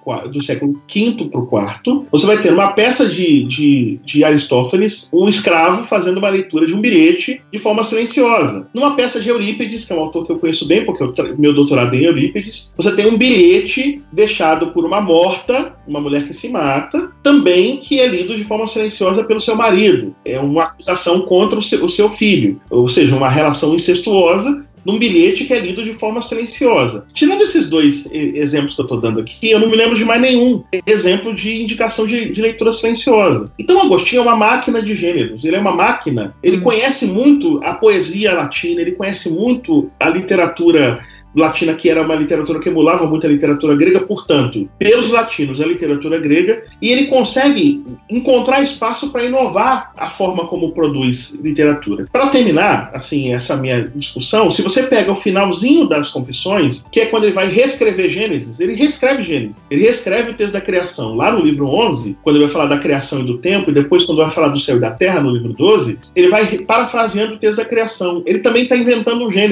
V para o IV, você vai ter uma peça de Aristófanes, um escravo fazendo uma leitura de um bilhete de forma silenciosa. Numa peça de Eurípides, que é um autor que eu conheço bem, porque meu doutorado é em Eurípides, você tem um bilhete deixado por uma morta, uma mulher que se mata, também que é lido de forma silenciosa pelo seu marido. É uma acusação contra o seu filho, ou seja, uma relação incestuosa, num bilhete que é lido de forma silenciosa. Tirando esses dois exemplos que eu estou dando aqui, eu não me lembro de mais nenhum exemplo de indicação de leitura silenciosa. Então, Agostinho é uma máquina de gêneros. Ele é uma máquina, ele conhece muito a poesia latina, ele conhece muito a literatura latina, que era uma literatura que emulava muito a literatura grega, portanto, pelos latinos, a literatura grega, e ele consegue encontrar espaço para inovar a forma como produz literatura. Para terminar, assim, essa minha discussão, se você pega o finalzinho das Confissões, que é quando ele vai reescrever Gênesis, ele reescreve Gênesis, ele reescreve o texto da criação. Lá no livro 11, quando ele vai falar da criação e do tempo, e depois quando vai falar do céu e da terra, no livro 12, ele vai parafraseando o texto da criação. Ele também está inventando um gênero.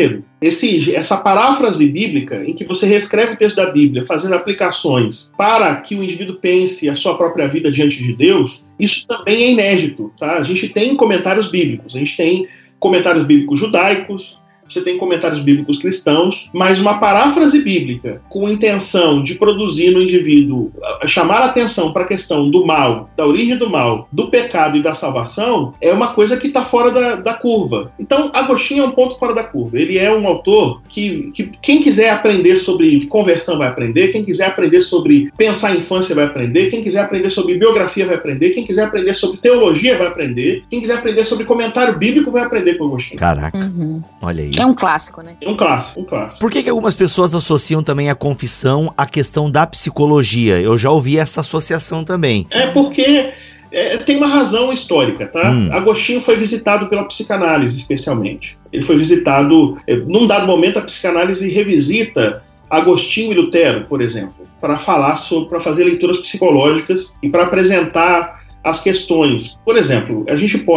essa paráfrase bíblica, em que você reescreve o texto da Bíblia, fazendo aplicações para que o indivíduo pense a sua própria vida diante de Deus, isso também é inédito, tá? A gente tem comentários bíblicos, a gente tem comentários bíblicos judaicos, você tem comentários bíblicos cristãos, mas uma paráfrase bíblica com intenção de produzir no indivíduo, chamar a atenção para a questão do mal, da origem do mal, do pecado e da salvação, é uma coisa que está fora da curva. Então, Agostinho é um ponto fora da curva. Ele é um autor que quem quiser aprender sobre conversão vai aprender, quem quiser aprender sobre pensar a infância vai aprender, quem quiser aprender sobre biografia vai aprender, quem quiser aprender sobre teologia vai aprender, quem quiser aprender sobre comentário bíblico vai aprender com Agostinho. Caraca, olha aí. É um clássico, né? É um clássico. Por que algumas pessoas associam também a confissão à questão da psicologia? Eu já ouvi essa associação também. É porque tem uma razão histórica, tá? Agostinho foi visitado pela psicanálise, especialmente. Ele foi visitado, num dado momento, a psicanálise revisita Agostinho e Lutero, por exemplo, para fazer leituras psicológicas e para apresentar as questões. Por exemplo,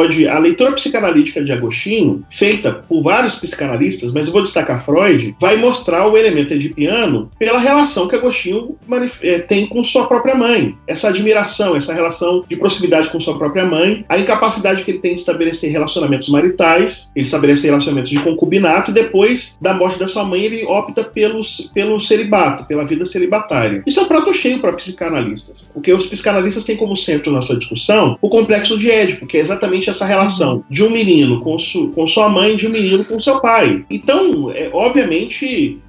a leitura psicanalítica de Agostinho, feita por vários psicanalistas, mas eu vou destacar Freud, vai mostrar o elemento edipiano pela relação que Agostinho tem com sua própria mãe. Essa admiração, essa relação de proximidade com sua própria mãe, a incapacidade que ele tem de estabelecer relacionamentos maritais, ele estabelece relacionamentos de concubinato, e depois da morte da sua mãe, ele opta pelo celibato, pela vida celibatária. Isso é um prato cheio para psicanalistas, porque os psicanalistas têm como centro na sua discussão o complexo de Édipo, que é exatamente essa relação de um menino com sua mãe e de um menino com seu pai. Então, obviamente,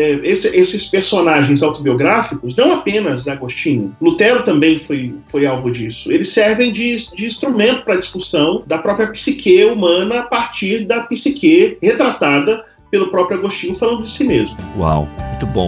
esses personagens autobiográficos, não apenas Agostinho, Lutero também foi alvo disso. Eles servem de instrumento para a discussão da própria psique humana a partir da psique retratada pelo próprio Agostinho falando de si mesmo. Uau, muito bom.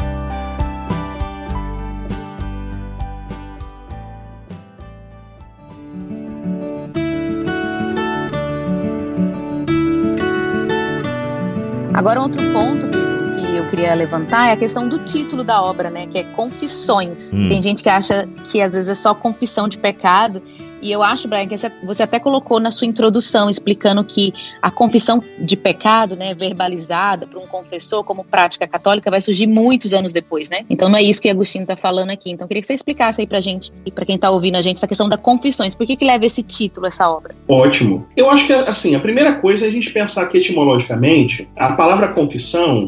Agora, outro ponto que eu queria levantar é a questão do título da obra, né? Que é Confissões. Tem gente que acha que às vezes é só confissão de pecado. E eu acho, Brian, que você até colocou na sua introdução, explicando que a confissão de pecado, né, verbalizada por um confessor como prática católica, vai surgir muitos anos depois, né? Então não é isso que Agostinho está falando aqui. Então eu queria que você explicasse aí pra gente, e pra quem tá ouvindo a gente, essa questão da confissões. Por que leva esse título, essa obra? Ótimo. Eu acho que, assim, a primeira coisa é a gente pensar que etimologicamente, a palavra confissão,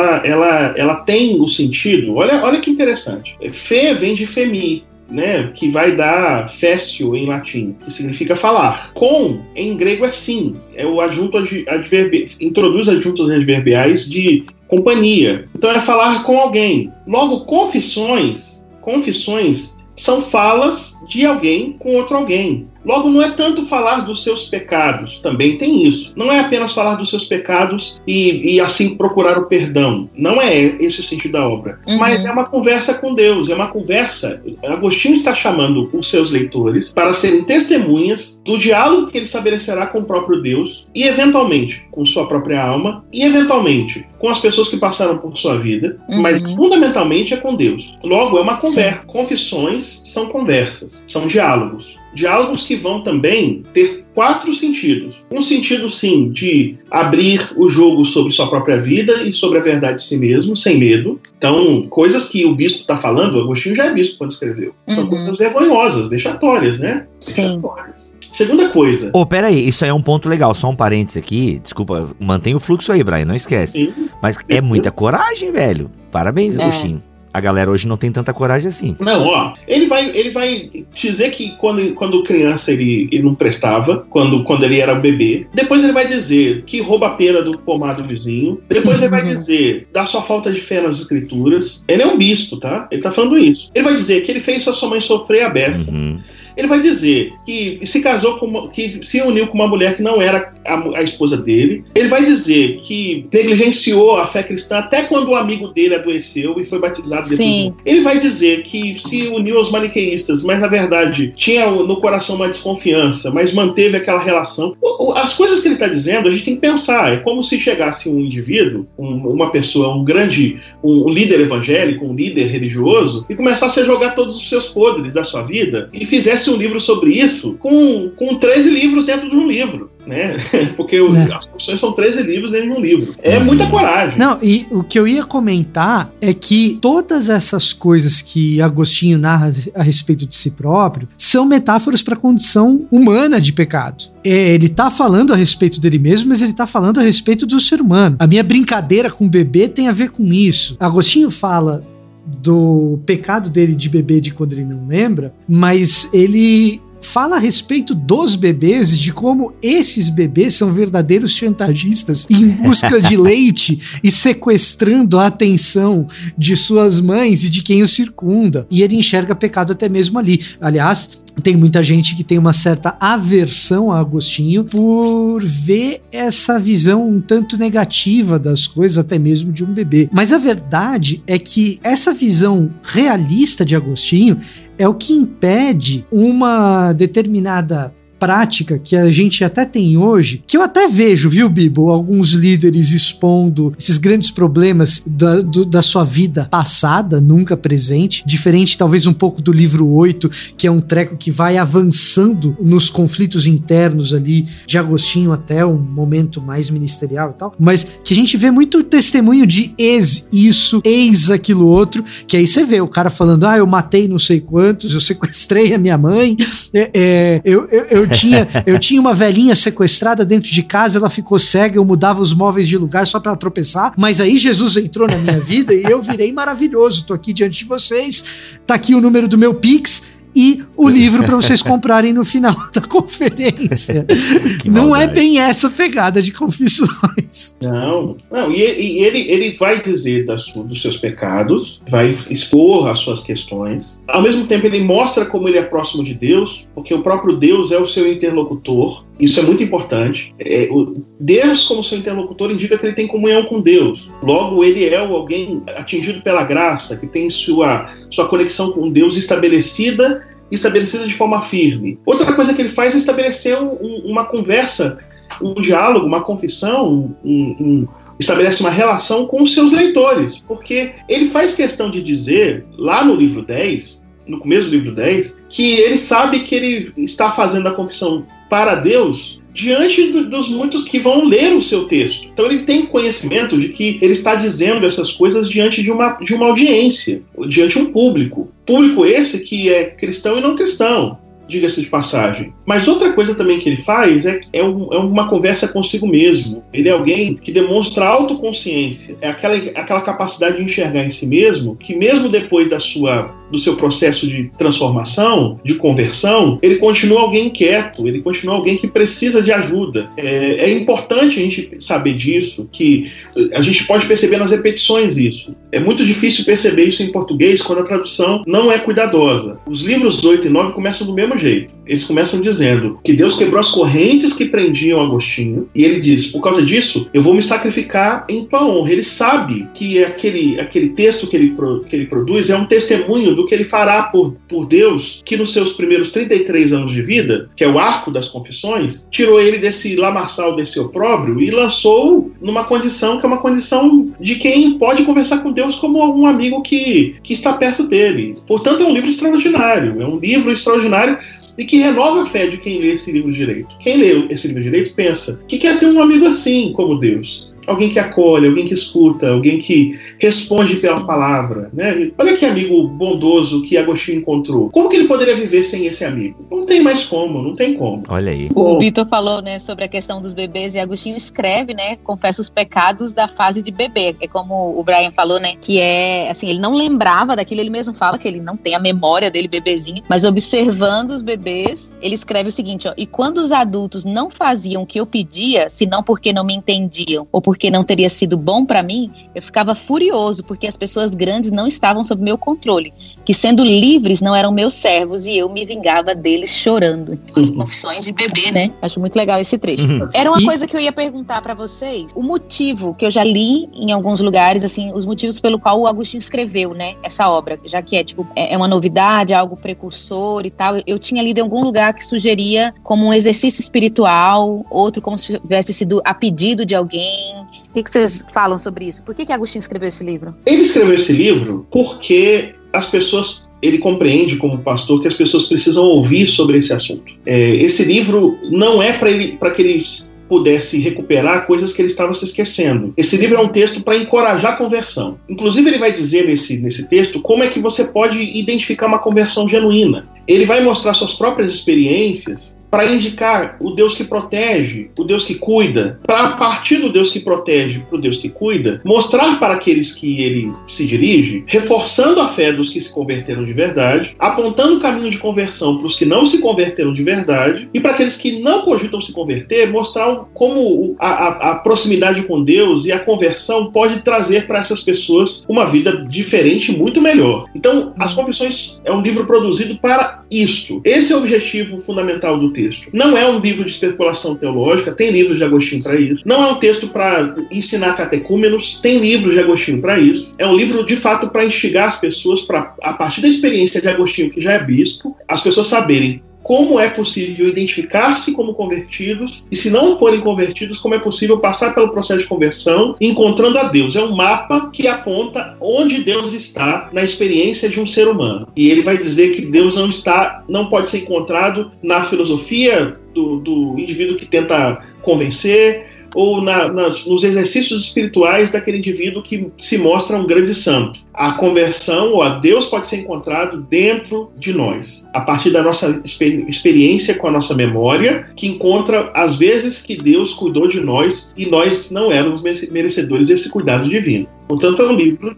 ela tem o sentido, olha que interessante. Fé vem de femi, né, que vai dar fécio em latim, que significa falar. Com, em grego, é sim. É o adjunto introduz adjuntos adverbiais de companhia. Então é falar com alguém. Logo, confissões são falas de alguém com outro alguém. Logo, não é tanto falar dos seus pecados, também tem isso. Não é apenas falar dos seus pecados e assim procurar o perdão. Não é esse o sentido da obra. Mas é uma conversa com Deus, é uma conversa. Agostinho está chamando os seus leitores para serem testemunhas do diálogo que ele estabelecerá com o próprio Deus e, eventualmente, com sua própria alma e, eventualmente, com as pessoas que passaram por sua vida, mas, fundamentalmente, é com Deus. Logo, é uma conversa. Sim. Confissões são conversas, são diálogos. Diálogos que vão também ter 4 sentidos. Um sentido, sim, de abrir o jogo sobre sua própria vida e sobre a verdade de si mesmo, sem medo. Então, coisas que o bispo está falando, o Agostinho já é bispo quando escreveu. São coisas vergonhosas, vexatórias, né? Sim. Vexatórias. Segunda coisa. Peraí, isso aí é um ponto legal, só um parênteses aqui. Desculpa, mantém o fluxo aí, Brian, não esquece. Sim. Mas é muita coragem, velho. Parabéns, Agostinho. A galera hoje não tem tanta coragem assim. Não, ele vai dizer que quando criança ele não prestava, quando ele era bebê. Depois ele vai dizer que rouba a pena do pomar do vizinho. Depois ele vai dizer da sua falta de fé nas escrituras. Ele é um bispo, tá? Ele tá falando isso. Ele vai dizer que ele fez a sua mãe sofrer a beça. Ele vai dizer que se casou que se uniu com uma mulher que não era a esposa dele. Ele vai dizer que negligenciou a fé cristã até quando o amigo dele adoeceu e foi batizado depois. Sim. Ele vai dizer que se uniu aos maniqueístas, mas na verdade tinha no coração uma desconfiança, mas manteve aquela relação. As coisas que ele está dizendo, a gente tem que pensar. É como se chegasse um indivíduo, uma pessoa, um líder evangélico, um líder religioso, e começasse a jogar todos os seus podres da sua vida e fizesse um livro sobre isso com 13 livros dentro de um livro. né? Porque as Confissões são 13 livros dentro de um livro. É muita coragem. Não, e o que eu ia comentar é que todas essas coisas que Agostinho narra a respeito de si próprio são metáforas para a condição humana de pecado. Ele tá falando a respeito dele mesmo, mas ele tá falando a respeito do ser humano. A minha brincadeira com o bebê tem a ver com isso. Agostinho fala do pecado dele de bebê de quando ele não lembra, mas ele fala a respeito dos bebês e de como esses bebês são verdadeiros chantagistas em busca de leite e sequestrando a atenção de suas mães e de quem o circunda. E ele enxerga pecado até mesmo ali. Aliás, tem muita gente que tem uma certa aversão a Agostinho por ver essa visão um tanto negativa das coisas, até mesmo de um bebê. Mas a verdade é que essa visão realista de Agostinho é o que impede uma determinada prática que a gente até tem hoje, que eu até vejo, viu, Bibo, alguns líderes expondo esses grandes problemas da sua vida passada, nunca presente, diferente talvez um pouco do livro 8, que é um treco que vai avançando nos conflitos internos ali de Agostinho até um momento mais ministerial e tal, mas que a gente vê muito testemunho de ex isso, ex aquilo outro, que aí você vê o cara falando, eu matei não sei quantos, eu sequestrei a minha mãe, eu tinha uma velhinha sequestrada dentro de casa, ela ficou cega, eu mudava os móveis de lugar só pra ela tropeçar, mas aí Jesus entrou na minha vida e eu virei maravilhoso, tô aqui diante de vocês, tá aqui o número do meu Pix e o livro para vocês comprarem no final da conferência. Não é bem essa pegada de Confissões. Não, e ele vai dizer dos seus pecados, vai expor as suas questões. Ao mesmo tempo, ele mostra como ele é próximo de Deus, porque o próprio Deus é o seu interlocutor. Isso é muito importante. Deus, como seu interlocutor, indica que ele tem comunhão com Deus. Logo, ele é alguém atingido pela graça, que tem sua conexão com Deus estabelecida de forma firme. Outra coisa que ele faz é estabelecer uma conversa, um diálogo, uma confissão, estabelece uma relação com os seus leitores, porque ele faz questão de dizer, lá no livro 10, no começo do livro 10, que ele sabe que ele está fazendo a confissão para Deus diante dos muitos que vão ler o seu texto. Então ele tem conhecimento de que ele está dizendo essas coisas diante de uma audiência, diante de um público. Público esse que é cristão e não cristão, diga-se de passagem. Mas outra coisa também que ele faz é uma conversa consigo mesmo. Ele é alguém que demonstra autoconsciência. É aquela capacidade de enxergar em si mesmo, que mesmo depois do seu processo de transformação, de conversão, ele continua alguém quieto, ele continua alguém que precisa de ajuda. É importante a gente saber disso, que a gente pode perceber nas repetições isso. É muito difícil perceber isso em português quando a tradução não é cuidadosa. Os livros 8 e 9 começam do mesmo jeito. Eles começam dizendo que Deus quebrou as correntes que prendiam Agostinho, e ele diz, por causa disso, eu vou me sacrificar em tua honra. Ele sabe que aquele texto que ele produz é um testemunho do que ele fará por Deus, que nos seus primeiros 33 anos de vida, que é o arco das confissões, tirou ele desse lamaçal, desse opróbrio, e lançou numa condição que é uma condição de quem pode conversar com Deus como um amigo que está perto dele. Portanto, é um livro extraordinário, e que renova a fé de quem lê esse livro direito. Quem lê esse livro direito pensa que quer ter um amigo assim como Deus. Alguém que acolhe, alguém que escuta, alguém que responde pela palavra, né? Olha que amigo bondoso que Agostinho encontrou. Como que ele poderia viver sem esse amigo? Não tem como. Olha aí. O Vitor falou, né, sobre a questão dos bebês, e Agostinho escreve, né, confessa os pecados da fase de bebê. É como o Brian falou, né, que é, assim, ele não lembrava daquilo, ele mesmo fala que ele não tem a memória dele bebezinho, mas observando os bebês, ele escreve o seguinte, e quando os adultos não faziam o que eu pedia, senão porque não me entendiam, ou porque não teria sido bom para mim, eu ficava furioso, porque as pessoas grandes não estavam sob meu controle, que sendo livres não eram meus servos, e eu me vingava deles chorando. As confissões de bebê, né? Acho muito legal esse trecho. Era uma coisa que eu ia perguntar para vocês, o motivo que eu já li em alguns lugares, assim, os motivos pelo qual o Agostinho escreveu, né, essa obra, já que é uma novidade, algo precursor e tal. Eu tinha lido em algum lugar que sugeria como um exercício espiritual, outro como se tivesse sido a pedido de alguém. O que vocês falam sobre isso? Por que Agostinho escreveu esse livro? Ele escreveu esse livro porque as pessoas ele compreende, como pastor, que as pessoas precisam ouvir sobre esse assunto. Esse livro não é para que eles pudesse recuperar coisas que ele estava se esquecendo. Esse livro é um texto para encorajar a conversão. Inclusive, ele vai dizer nesse texto como é que você pode identificar uma conversão genuína. Ele vai mostrar suas próprias experiências para indicar o Deus que protege, o Deus que cuida, para, a partir do Deus que protege para o Deus que cuida, mostrar para aqueles que ele se dirige, reforçando a fé dos que se converteram de verdade, apontando o caminho de conversão para os que não se converteram de verdade, e para aqueles que não cogitam se converter, mostrar como a proximidade com Deus e a conversão pode trazer para essas pessoas uma vida diferente e muito melhor. Então, As Confissões é um livro produzido para isto. Esse é o objetivo fundamental do texto. Não é um livro de especulação teológica, tem livros de Agostinho para isso. Não é um texto para ensinar catecúmenos, tem livros de Agostinho para isso. É um livro, de fato, para instigar as pessoas, para, a partir da experiência de Agostinho, que já é bispo, as pessoas saberem como é possível identificar-se como convertidos e, se não forem convertidos, como é possível passar pelo processo de conversão encontrando a Deus. É um mapa que aponta onde Deus está na experiência de um ser humano. E ele vai dizer que Deus não pode ser encontrado na filosofia do indivíduo que tenta convencer, ou nos exercícios espirituais daquele indivíduo que se mostra um grande santo. A conversão ou a Deus pode ser encontrado dentro de nós, a partir da nossa experiência com a nossa memória, que encontra as vezes que Deus cuidou de nós e nós não éramos merecedores desse cuidado divino. Portanto, é um livro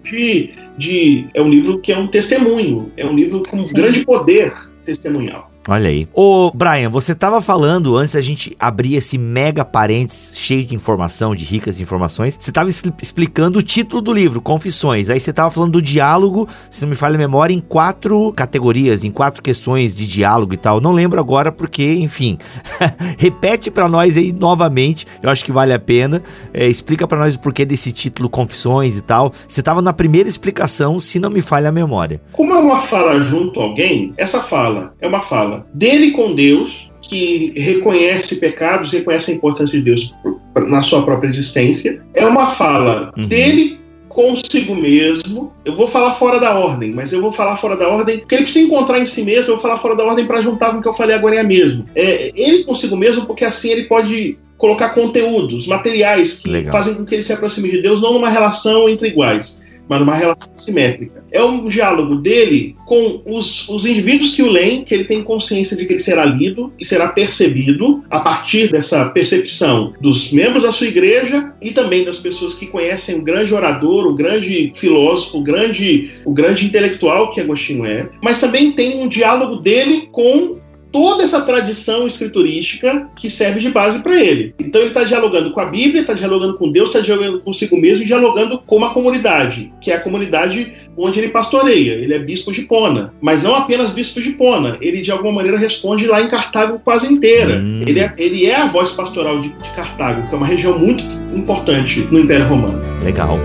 é um livro que é um testemunho, é um livro com grande poder testemunhal. Olha aí. Ô, Brian, você estava falando, antes da gente abrir esse mega parênteses cheio de informação, de ricas informações, você estava explicando o título do livro, Confissões. Aí você estava falando do diálogo, se não me falha a memória, em 4 categorias, em 4 questões de diálogo e tal. Não lembro agora porque, enfim. Repete para nós aí novamente, eu acho que vale a pena. Explica para nós o porquê desse título, Confissões e tal. Você estava na primeira explicação, se não me falha a memória. Como é uma fala junto a alguém, essa fala é uma fala dele com Deus, que reconhece pecados, reconhece a importância de Deus na sua própria existência. É uma fala dele consigo mesmo. Eu vou falar fora da ordem, mas eu vou falar fora da ordem porque ele precisa encontrar em si mesmo. Eu vou falar fora da ordem para juntar com o que eu falei agora mesmo. Ele consigo mesmo, porque assim ele pode colocar conteúdos, materiais que fazem com que ele se aproxime de Deus, não numa relação entre iguais, mas numa relação simétrica. É um diálogo dele com os indivíduos que o leem, que ele tem consciência de que ele será lido e será percebido a partir dessa percepção dos membros da sua igreja e também das pessoas que conhecem o grande orador, o grande filósofo, o grande intelectual que Agostinho é. Mas também tem um diálogo dele com toda essa tradição escriturística que serve de base para ele. Então ele está dialogando com a Bíblia, está dialogando com Deus, está dialogando consigo mesmo e dialogando com uma comunidade, que é a comunidade onde ele pastoreia. Ele é bispo de Hipona, mas não apenas bispo de Hipona. Ele, de alguma maneira, responde lá em Cartago quase inteira. Ele é a voz pastoral de Cartago, que é uma região muito importante no Império Romano. Legal.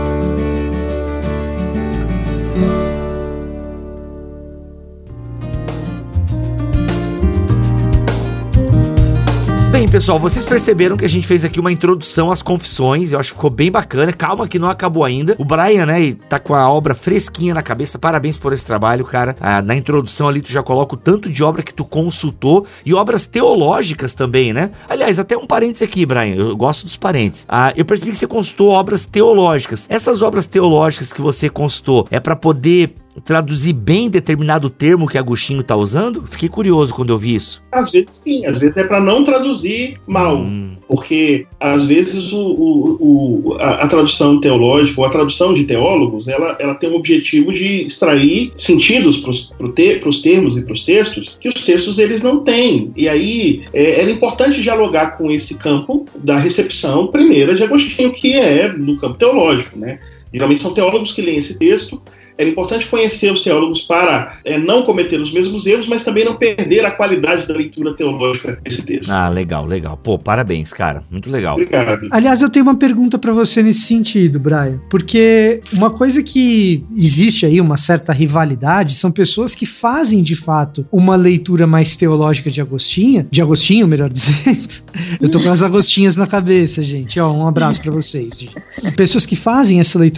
Bem, pessoal, vocês perceberam que a gente fez aqui uma introdução às confissões, eu acho que ficou bem bacana. Calma que não acabou ainda. O Brian, né, tá com a obra fresquinha na cabeça, parabéns por esse trabalho, cara. Na introdução ali tu já coloca o tanto de obra que tu consultou e obras teológicas também, né? Aliás, até um parênteses aqui, Brian, eu gosto dos parênteses. Eu percebi que você consultou obras teológicas. Essas obras teológicas que você consultou é para poder traduzir bem determinado termo que Agostinho está usando? Fiquei curioso quando eu vi isso. Às vezes sim, às vezes é para não traduzir mal, porque às vezes a tradução teológica ou a tradução de teólogos, ela tem o objetivo de extrair sentidos para os termos e para os textos que os textos eles não têm. E aí era importante dialogar com esse campo da recepção primeira de Agostinho, que é no campo teológico, né? Geralmente são teólogos que leem esse texto. Era importante conhecer os teólogos para não cometer os mesmos erros, mas também não perder a qualidade da leitura teológica desse texto. Legal. Pô, parabéns, cara. Muito legal. Obrigado. Aliás, eu tenho uma pergunta para você nesse sentido, Brian. Porque uma coisa que existe aí, uma certa rivalidade, são pessoas que fazem, de fato, uma leitura mais teológica de Agostinho, melhor dizendo. Eu tô com as Agostinhas na cabeça, gente. Um abraço para vocês. Gente. Pessoas que fazem essa leitura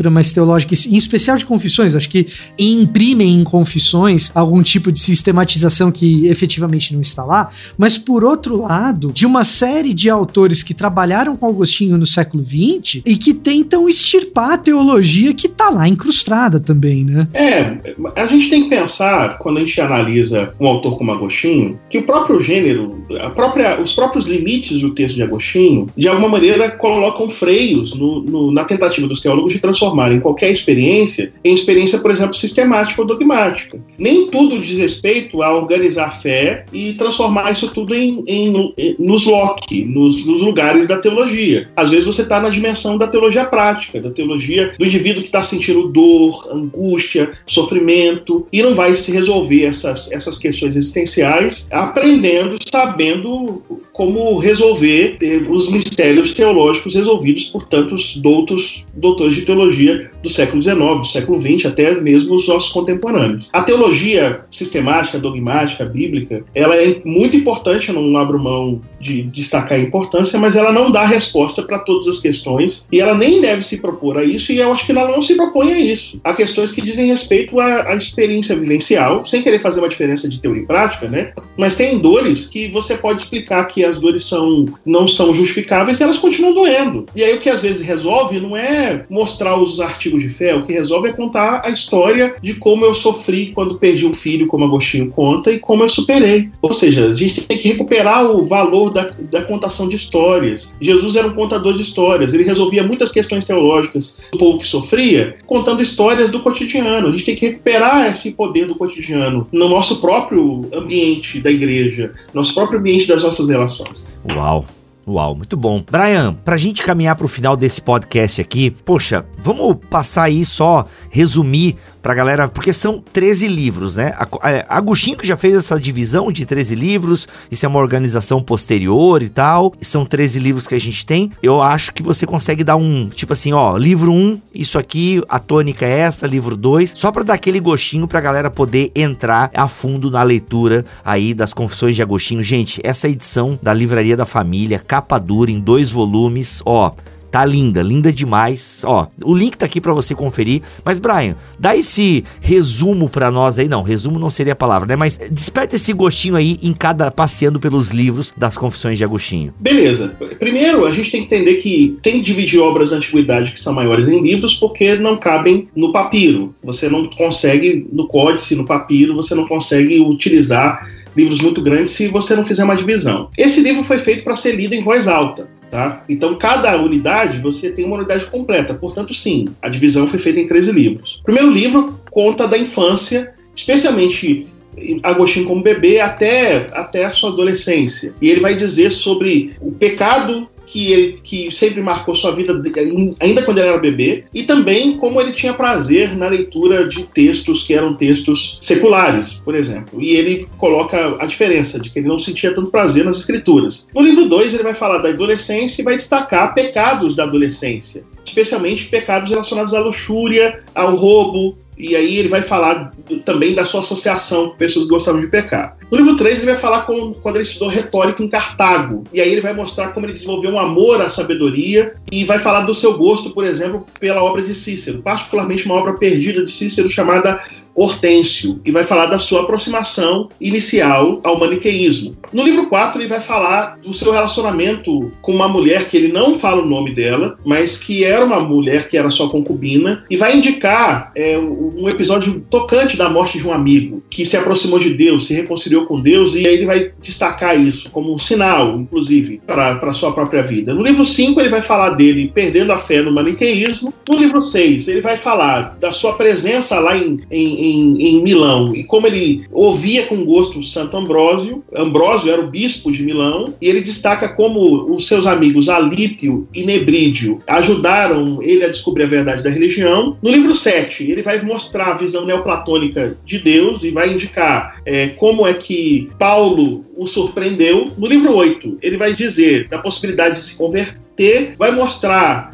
leitura mais teológica, em especial de Confissões, acho que imprimem em Confissões algum tipo de sistematização que efetivamente não está lá, mas por outro lado, de uma série de autores que trabalharam com Agostinho no século XX e que tentam extirpar a teologia que está lá incrustada também, né? A gente tem que pensar, quando a gente analisa um autor como Agostinho, que o próprio gênero, os próprios limites do texto de Agostinho, de alguma maneira colocam freios na tentativa dos teólogos de transformarem qualquer experiência em experiência, por exemplo, sistemática ou dogmática. Nem tudo diz respeito a organizar a fé e transformar isso tudo nos loci, nos lugares da teologia. Às vezes você está na dimensão da teologia prática, da teologia do indivíduo que está sentindo dor, angústia, sofrimento, e não vai se resolver essas questões existenciais aprendendo, sabendo como resolver os mistérios teológicos resolvidos por tantos doutores de teologia do século XIX, do século XX, até mesmo os nossos contemporâneos. A teologia sistemática, dogmática, bíblica, ela é muito importante, eu não abro mão de destacar a importância, mas ela não dá resposta para todas as questões, e ela nem deve se propor a isso, e eu acho que ela não se propõe a isso. Há questões que dizem respeito à experiência vivencial, sem querer fazer uma diferença de teoria e prática, né? Mas tem dores que você pode explicar que as dores não são justificáveis e elas continuam doendo. E aí o que às vezes resolve não é mostrar os artigos de fé, o que resolve é contar a história de como eu sofri quando perdi um filho, como Agostinho conta, e como eu superei. Ou seja, a gente tem que recuperar o valor da contação de histórias. Jesus era um contador de histórias, ele resolvia muitas questões teológicas do povo que sofria, contando histórias do cotidiano. A gente tem que recuperar esse poder do cotidiano no nosso próprio ambiente da igreja, nosso próprio ambiente das nossas relações. Uau, muito bom. Brian, pra gente caminhar pro final desse podcast aqui, poxa, vamos passar aí só, resumir pra galera, porque são 13 livros, né? Agostinho que já fez essa divisão de 13 livros, isso é uma organização posterior e tal, são 13 livros que a gente tem. Eu acho que você consegue dar tipo assim, livro 1, isso aqui, a tônica é essa, livro 2, só pra dar aquele gostinho pra galera poder entrar a fundo na leitura aí das Confissões de Agostinho. Gente, essa edição da Livraria da Família, capa dura, em 2 volumes, tá linda demais. O link tá aqui pra você conferir. Mas, Brian, dá esse resumo pra nós aí. Não, resumo não seria a palavra, né? Mas desperta esse gostinho aí passeando pelos livros das Confissões de Agostinho. Beleza. Primeiro, a gente tem que entender que tem que dividir obras da antiguidade que são maiores em livros porque não cabem no papiro. Você não consegue, no códice, no papiro, você não consegue utilizar livros muito grandes se você não fizer uma divisão. Esse livro foi feito para ser lido em voz alta. Tá? Então, cada unidade, você tem uma unidade completa. Portanto, sim, a divisão foi feita em 13 livros. O primeiro livro conta da infância, especialmente Agostinho como bebê, até a sua adolescência. E ele vai dizer sobre o pecado que sempre marcou sua vida, ainda quando ele era bebê, e também como ele tinha prazer na leitura de textos que eram textos seculares, por exemplo. E ele coloca a diferença de que ele não sentia tanto prazer nas escrituras. No livro 2, ele vai falar da adolescência e vai destacar pecados da adolescência, especialmente pecados relacionados à luxúria, ao roubo. E aí ele vai falar também da sua associação com pessoas que gostavam de pecar. No livro 3 ele vai falar quando ele estudou retórica em Cartago. E aí ele vai mostrar como ele desenvolveu um amor à sabedoria e vai falar do seu gosto, por exemplo, pela obra de Cícero, particularmente uma obra perdida de Cícero chamada Hortêncio, e vai falar da sua aproximação inicial ao maniqueísmo. No livro 4 ele vai falar do seu relacionamento com uma mulher que ele não fala o nome dela, mas que era uma mulher que era sua concubina, e vai indicar um episódio tocante da morte de um amigo que se aproximou de Deus, se reconciliou com Deus, e aí ele vai destacar isso como um sinal, inclusive, para a sua própria vida. No livro 5 ele vai falar dele perdendo a fé no maniqueísmo. No livro 6 ele vai falar da sua presença lá em Milão e como ele ouvia com gosto Santo Ambrósio. Ambrósio era o bispo de Milão, e ele destaca como os seus amigos Alípio e Nebrídio ajudaram ele a descobrir a verdade da religião. No livro 7 ele vai mostrar a visão neoplatônica de Deus e vai indicar como é que Paulo o surpreendeu. No livro 8 ele vai dizer da possibilidade de se converter, vai mostrar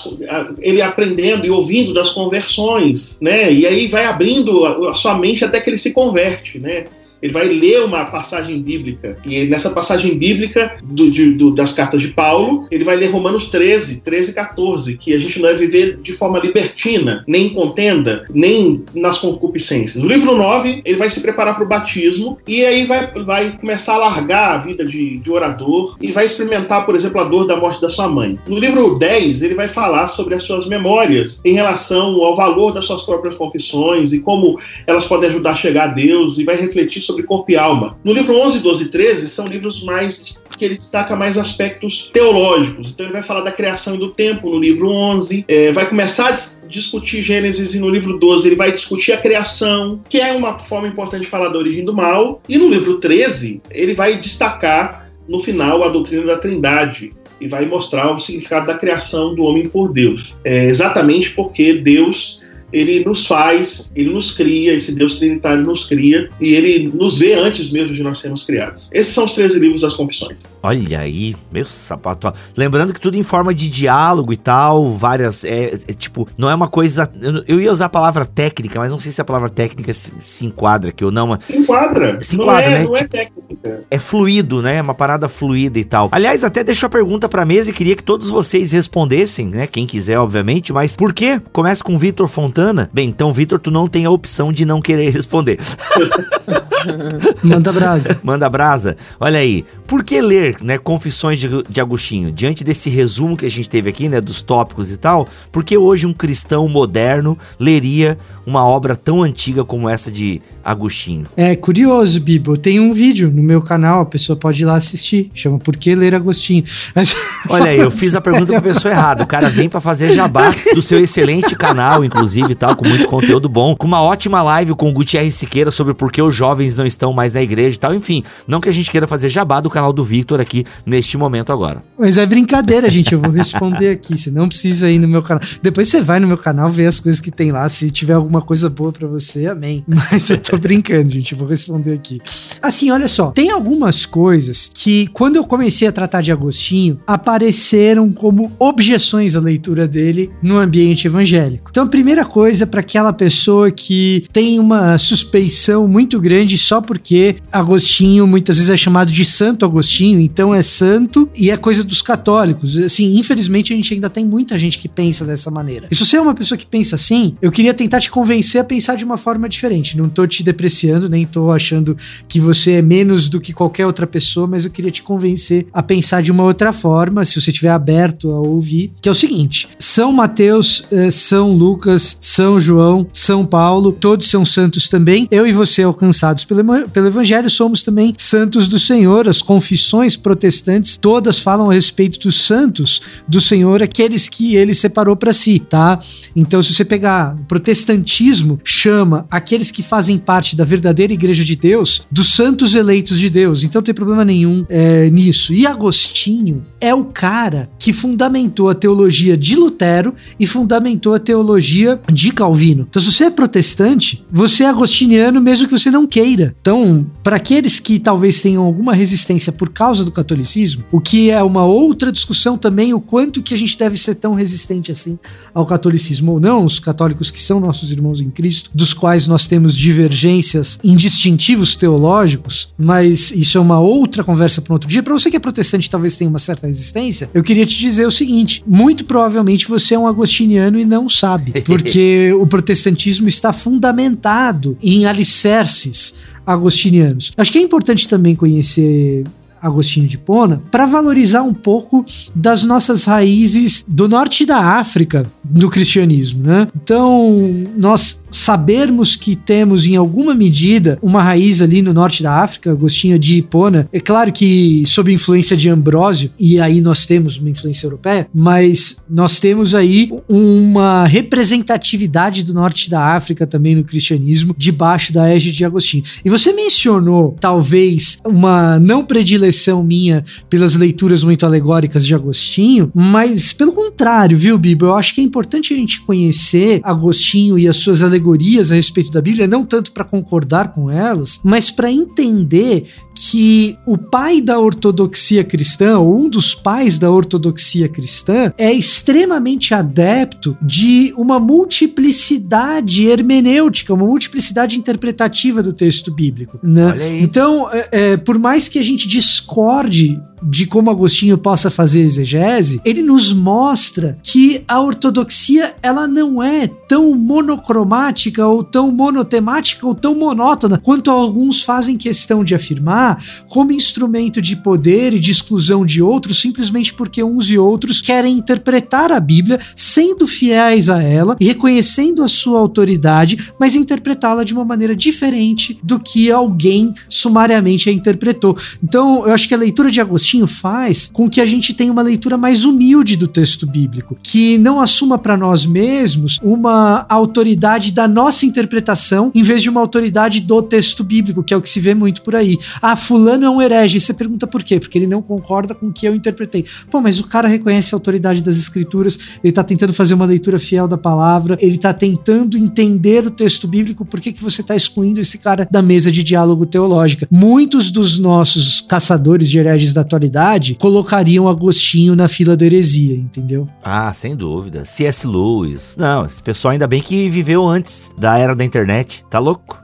ele aprendendo e ouvindo das conversões, né? E aí vai abrindo a sua mente até que ele se converte, né? ele vai ler uma passagem bíblica, e nessa passagem bíblica das cartas de Paulo, ele vai ler Romanos 13 e 14, que a gente não deve viver de forma libertina, nem em contenda, nem nas concupiscências. No livro 9, ele vai se preparar para o batismo, e aí vai começar a largar a vida de orador, e vai experimentar, por exemplo, a dor da morte da sua mãe. No livro 10, ele vai falar sobre as suas memórias em relação ao valor das suas próprias confissões e como elas podem ajudar a chegar a Deus, e vai refletir sobre corpo e alma. No livro 11, 12 e 13 são livros mais que ele destaca mais aspectos teológicos. Então ele vai falar da criação e do tempo no livro 11, vai começar a discutir Gênesis, e no livro 12 ele vai discutir a criação, que é uma forma importante de falar da origem do mal, e no livro 13 ele vai destacar no final a doutrina da Trindade, e vai mostrar o significado da criação do homem por Deus. Exatamente porque Deus, ele nos faz, ele nos cria, esse Deus trinitário nos cria, e ele nos vê antes mesmo de nós sermos criados. Esses são os 13 livros das Confissões. Olha aí, meu sapato. Lembrando que tudo em forma de diálogo e tal, várias, tipo, não é uma coisa, eu ia usar a palavra técnica, mas não sei se a palavra técnica se enquadra aqui ou não. Mas... Se enquadra, né? Não é técnica. É fluido, né? É uma parada fluida e tal. Aliás, até deixo a pergunta pra mesa e queria que todos vocês respondessem, né? Quem quiser, obviamente, mas por quê? Começa com o Vitor Fontana. Bem, então, Vitor, tu não tem a opção de não querer responder. Manda brasa. Manda brasa. Olha aí, por que ler, né, Confissões de Agostinho? Diante desse resumo que a gente teve aqui, né, dos tópicos e tal, por que hoje um cristão moderno leria uma obra tão antiga como essa de Agostinho? É curioso, Bibo. Tem um vídeo no meu canal, a pessoa pode ir lá assistir. Chama Por que Ler Agostinho? Mas... Olha aí, eu fiz a pergunta pra pessoa errada. O cara vem pra fazer jabá do seu excelente canal, inclusive, e tal, com muito conteúdo bom, com uma ótima live com o Gutierrez Siqueira sobre por que os jovens não estão mais na igreja e tal. Enfim, não que a gente queira fazer jabá do canal do Victor aqui neste momento agora. Mas é brincadeira, gente. Eu vou responder aqui. Você não precisa ir no meu canal. Depois você vai no meu canal ver as coisas que tem lá. Se tiver alguma coisa boa pra você, amém. Mas eu tô brincando, gente. Eu vou responder aqui. Assim, olha só. Tem algumas coisas que, quando eu comecei a tratar de Agostinho, apareceram como objeções à leitura dele no ambiente evangélico. Então, a primeira coisa para aquela pessoa que tem uma suspeição muito grande só porque Agostinho muitas vezes é chamado de Santo Agostinho, então é santo e é coisa dos católicos. Assim, infelizmente a gente ainda tem muita gente que pensa dessa maneira. E se você é uma pessoa que pensa assim, eu queria tentar te convencer a pensar de uma forma diferente. Não tô te depreciando, nem tô achando que você é menos do que qualquer outra pessoa, mas eu queria te convencer a pensar de uma outra forma, se você estiver aberto a ouvir, que é o seguinte: São Mateus, São Lucas, São João, São Paulo, todos são santos também. Eu e você, alcançados pelo Evangelho, somos também santos do Senhor. As confissões protestantes todas falam a respeito dos santos do Senhor, aqueles que ele separou para si, tá? Então, se você pegar o protestantismo, chama aqueles que fazem parte da verdadeira igreja de Deus dos santos eleitos de Deus. Então, não tem problema nenhum nisso. E Agostinho é o cara que fundamentou a teologia de Lutero e fundamentou a teologia de Calvino. Então, se você é protestante, você é agostiniano mesmo que você não queira. Então, para aqueles que talvez tenham alguma resistência por causa do catolicismo, o que é uma outra discussão também, o quanto que a gente deve ser tão resistente assim ao catolicismo ou não, os católicos que são nossos irmãos em Cristo, dos quais nós temos divergências em distintivos teológicos, mas isso é uma outra conversa para um outro dia. Para você que é protestante, talvez tenha uma certa resistência, eu queria te dizer o seguinte: muito provavelmente você é um agostiniano e não sabe, porque o protestantismo está fundamentado em alicerces agostinianos. Acho que é importante também conhecer Agostinho de Hipona para valorizar um pouco das nossas raízes do norte da África no cristianismo, né? Então, nós sabermos que temos em alguma medida uma raiz ali no norte da África, Agostinho de Hipona, é claro que sob influência de Ambrósio, e aí nós temos uma influência europeia, mas nós temos aí uma representatividade do norte da África também no cristianismo, debaixo da égide de Agostinho. E você mencionou, talvez, uma não predileção minha pelas leituras muito alegóricas de Agostinho, mas pelo contrário, viu, Bibo? Eu acho que é importante a gente conhecer Agostinho e as suas alegorias alegorias a respeito da Bíblia, não tanto para concordar com elas, mas para entender que o pai da ortodoxia cristã, ou um dos pais da ortodoxia cristã, é extremamente adepto de uma multiplicidade hermenêutica, uma multiplicidade interpretativa do texto bíblico, né? Então, por mais que a gente discorde de como Agostinho possa fazer exegese, ele nos mostra que a ortodoxia, ela não é tão monocromática ou tão monotemática ou tão monótona quanto alguns fazem questão de afirmar, como instrumento de poder e de exclusão de outros, simplesmente porque uns e outros querem interpretar a Bíblia sendo fiéis a ela e reconhecendo a sua autoridade, mas interpretá-la de uma maneira diferente do que alguém sumariamente a interpretou. Então, eu acho que a leitura de Agostinho faz com que a gente tenha uma leitura mais humilde do texto bíblico, que não assuma para nós mesmos uma autoridade da nossa interpretação em vez de uma autoridade do texto bíblico, que é o que se vê muito por aí. Fulano é um herege. E você pergunta por quê? Porque ele não concorda com o que eu interpretei. Pô, mas o cara reconhece a autoridade das escrituras, ele tá tentando fazer uma leitura fiel da palavra, ele tá tentando entender o texto bíblico, por que você tá excluindo esse cara da mesa de diálogo teológica? Muitos dos nossos caçadores de hereges da atualidade colocariam Agostinho na fila da heresia, entendeu? Sem dúvida. C.S. Lewis. Não, esse pessoal ainda bem que viveu antes da era da internet. Tá louco?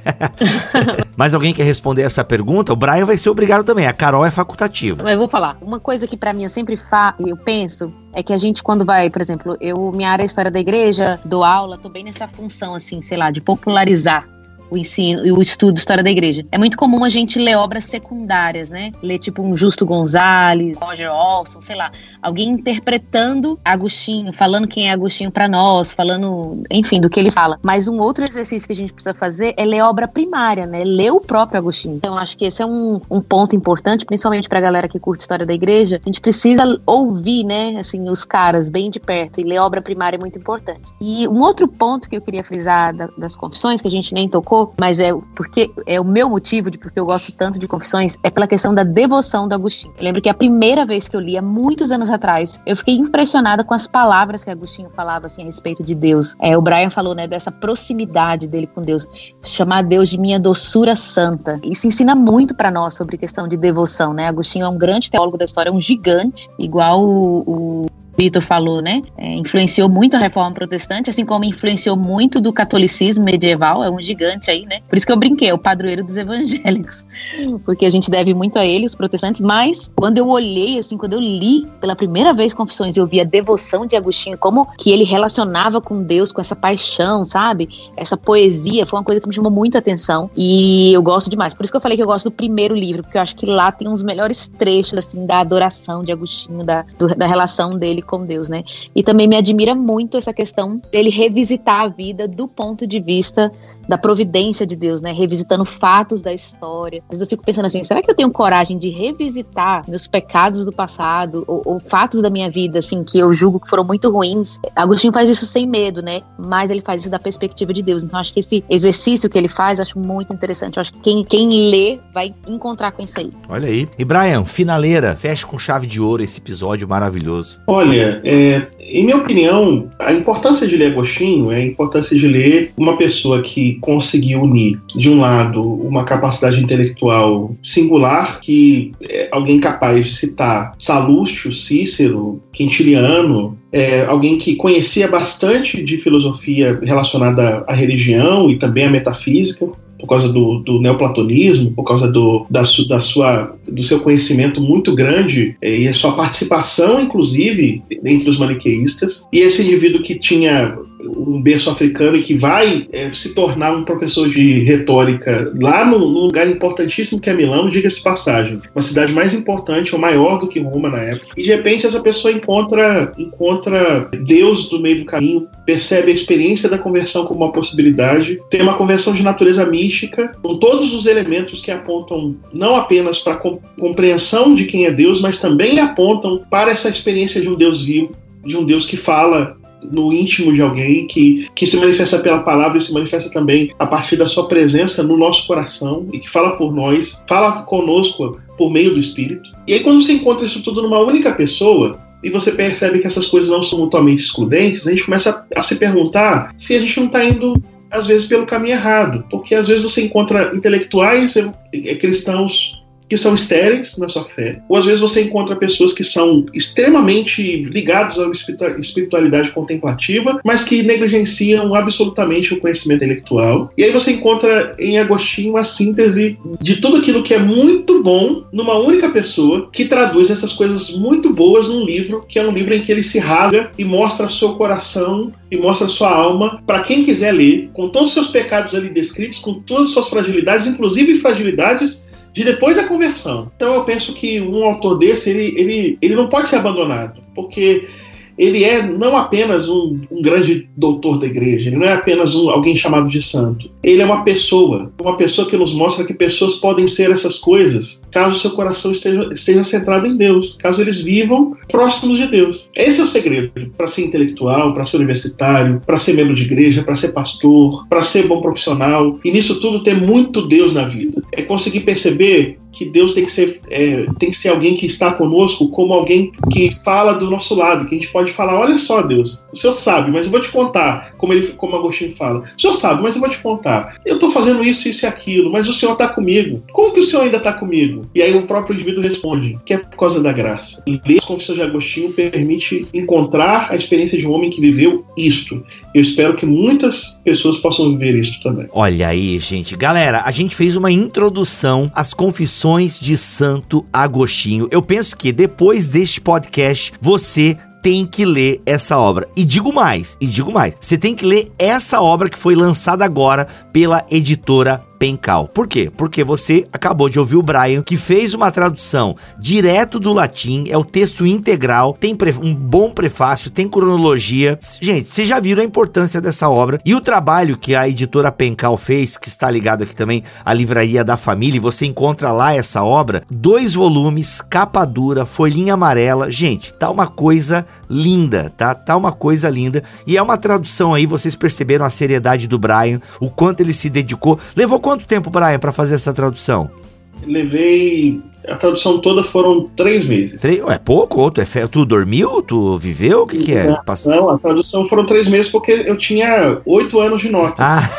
Mas alguém quer responder essa pergunta? O Brian vai ser obrigado também. A Carol é facultativa. Eu vou falar. Uma coisa que pra mim eu sempre eu penso é que a gente quando vai, por exemplo, minha área é história da igreja, dou aula, tô bem nessa função, assim, sei lá, de popularizar o ensino e o estudo de história da igreja. É muito comum a gente ler obras secundárias, né? Ler tipo um Justo Gonzalez, Roger Olson, sei lá, alguém interpretando Agostinho, falando quem é Agostinho pra nós, falando, enfim, do que ele fala. Mas um outro exercício que a gente precisa fazer é ler a obra primária, né? Ler o próprio Agostinho. Então, acho que esse é um ponto importante, principalmente pra galera que curte história da igreja. A gente precisa ouvir, né, assim, os caras bem de perto, e ler a obra primária é muito importante. E um outro ponto que eu queria frisar das confissões, que a gente nem tocou, mas é porque é o meu motivo de porque eu gosto tanto de Confissões, é pela questão da devoção do Agostinho. Eu lembro que a primeira vez que eu li, há muitos anos atrás, eu fiquei impressionada com as palavras que Agostinho falava assim, a respeito de Deus. O Brian falou, né, dessa proximidade dele com Deus, chamar Deus de minha doçura santa. Isso ensina muito pra nós sobre questão de devoção, né? Agostinho é um grande teólogo da história, é um gigante, igual o Vitor falou, né? Influenciou muito a Reforma Protestante, assim como influenciou muito do catolicismo medieval, é um gigante aí, né? Por isso que eu brinquei, é o padroeiro dos evangélicos, porque a gente deve muito a ele, os protestantes, mas quando eu olhei, assim, quando eu li pela primeira vez Confissões, eu vi a devoção de Agostinho, como que ele relacionava com Deus, com essa paixão, sabe? Essa poesia, foi uma coisa que me chamou muito a atenção, e eu gosto demais. Por isso que eu falei que eu gosto do primeiro livro, porque eu acho que lá tem uns melhores trechos, assim, da adoração de Agostinho, da relação dele com Deus, né? E também me admira muito essa questão dele revisitar a vida do ponto de vista da providência de Deus, né? Revisitando fatos da história. Às vezes eu fico pensando assim, será que eu tenho coragem de revisitar meus pecados do passado ou fatos da minha vida, assim, que eu julgo que foram muito ruins? Agostinho faz isso sem medo, né? Mas ele faz isso da perspectiva de Deus. Então acho que esse exercício que ele faz, eu acho muito interessante. Eu acho que quem lê vai encontrar com isso aí. Olha aí. E Brian, finaleira, fecha com chave de ouro esse episódio maravilhoso. Olha, em minha opinião, a importância de ler Agostinho é a importância de ler uma pessoa que conseguiu unir, de um lado, uma capacidade intelectual singular, que é alguém capaz de citar Salustio, Cícero, Quintiliano, alguém que conhecia bastante de filosofia relacionada à religião e também à metafísica, por causa do neoplatonismo, por causa do seu conhecimento muito grande e a sua participação, inclusive, entre os maniqueístas. E esse indivíduo que tinha um berço africano e que vai se tornar um professor de retórica lá no lugar importantíssimo que é Milão, diga-se passagem, uma cidade mais importante ou maior do que Roma na época. E de repente essa pessoa encontra Deus no meio do caminho, percebe a experiência da conversão como uma possibilidade, tem uma conversão de natureza mística, com todos os elementos que apontam não apenas para a compreensão de quem é Deus, mas também apontam para essa experiência de um Deus vivo, de um Deus que fala no íntimo de alguém, que se manifesta pela palavra e se manifesta também a partir da sua presença no nosso coração e que fala por nós, fala conosco por meio do Espírito. E aí quando você encontra isso tudo numa única pessoa e você percebe que essas coisas não são mutuamente excludentes, a gente começa a se perguntar se a gente não está indo às vezes, pelo caminho errado. Porque às vezes você encontra intelectuais cristãos que são estéreis na sua fé, ou às vezes você encontra pessoas que são extremamente ligadas à espiritualidade contemplativa, mas que negligenciam absolutamente o conhecimento intelectual. E aí você encontra em Agostinho uma síntese de tudo aquilo que é muito bom numa única pessoa, que traduz essas coisas muito boas num livro, que é um livro em que ele se rasga e mostra seu coração e mostra sua alma para quem quiser ler, com todos os seus pecados ali descritos, com todas as suas fragilidades, inclusive fragilidades de depois da conversão. Então eu penso que um autor desse, ele não pode ser abandonado, porque ele é não apenas um grande doutor da igreja, ele não é apenas alguém chamado de santo. Ele é uma pessoa que nos mostra que pessoas podem ser essas coisas caso seu coração esteja centrado em Deus, caso eles vivam próximos de Deus. Esse é o segredo para ser intelectual, para ser universitário, para ser membro de igreja, para ser pastor, para ser bom profissional, e nisso tudo ter muito Deus na vida. É conseguir perceber que Deus tem que ser alguém que está conosco, como alguém que fala do nosso lado, que a gente pode falar: olha só, Deus, o Senhor sabe, mas eu vou te contar, como Agostinho fala. O Senhor sabe, mas eu vou te contar. Eu estou fazendo isso e aquilo, mas o Senhor está comigo. Como que o Senhor ainda está comigo? E aí o próprio indivíduo responde que é por causa da graça. E ler as Confissões de Agostinho permite encontrar a experiência de um homem que viveu isto. Eu espero que muitas pessoas possam viver isto também. Olha aí, gente. Galera, a gente fez uma introdução às Confissões de Santo Agostinho. Eu penso que depois deste podcast, você tem que ler essa obra. E digo mais, você tem que ler essa obra que foi lançada agora pela editora Pencal. Por quê? Porque você acabou de ouvir o Brian, que fez uma tradução direto do latim, é o texto integral, tem um bom prefácio, tem cronologia. Gente, vocês já viram a importância dessa obra e o trabalho que a editora Pencal fez, que está ligado aqui também à Livraria da Família, e você encontra lá essa obra, 2 volumes, capa dura, folhinha amarela. Gente, tá uma coisa linda, tá? Tá uma coisa linda. E é uma tradução aí, vocês perceberam a seriedade do Brian, o quanto ele se dedicou. Levou quanto tempo, Brian, para fazer essa tradução? Levei... A tradução toda foram 3 meses. É pouco? Tu dormiu? Tu viveu? O que é? Não, a tradução foram 3 meses porque eu tinha 8 anos de notas.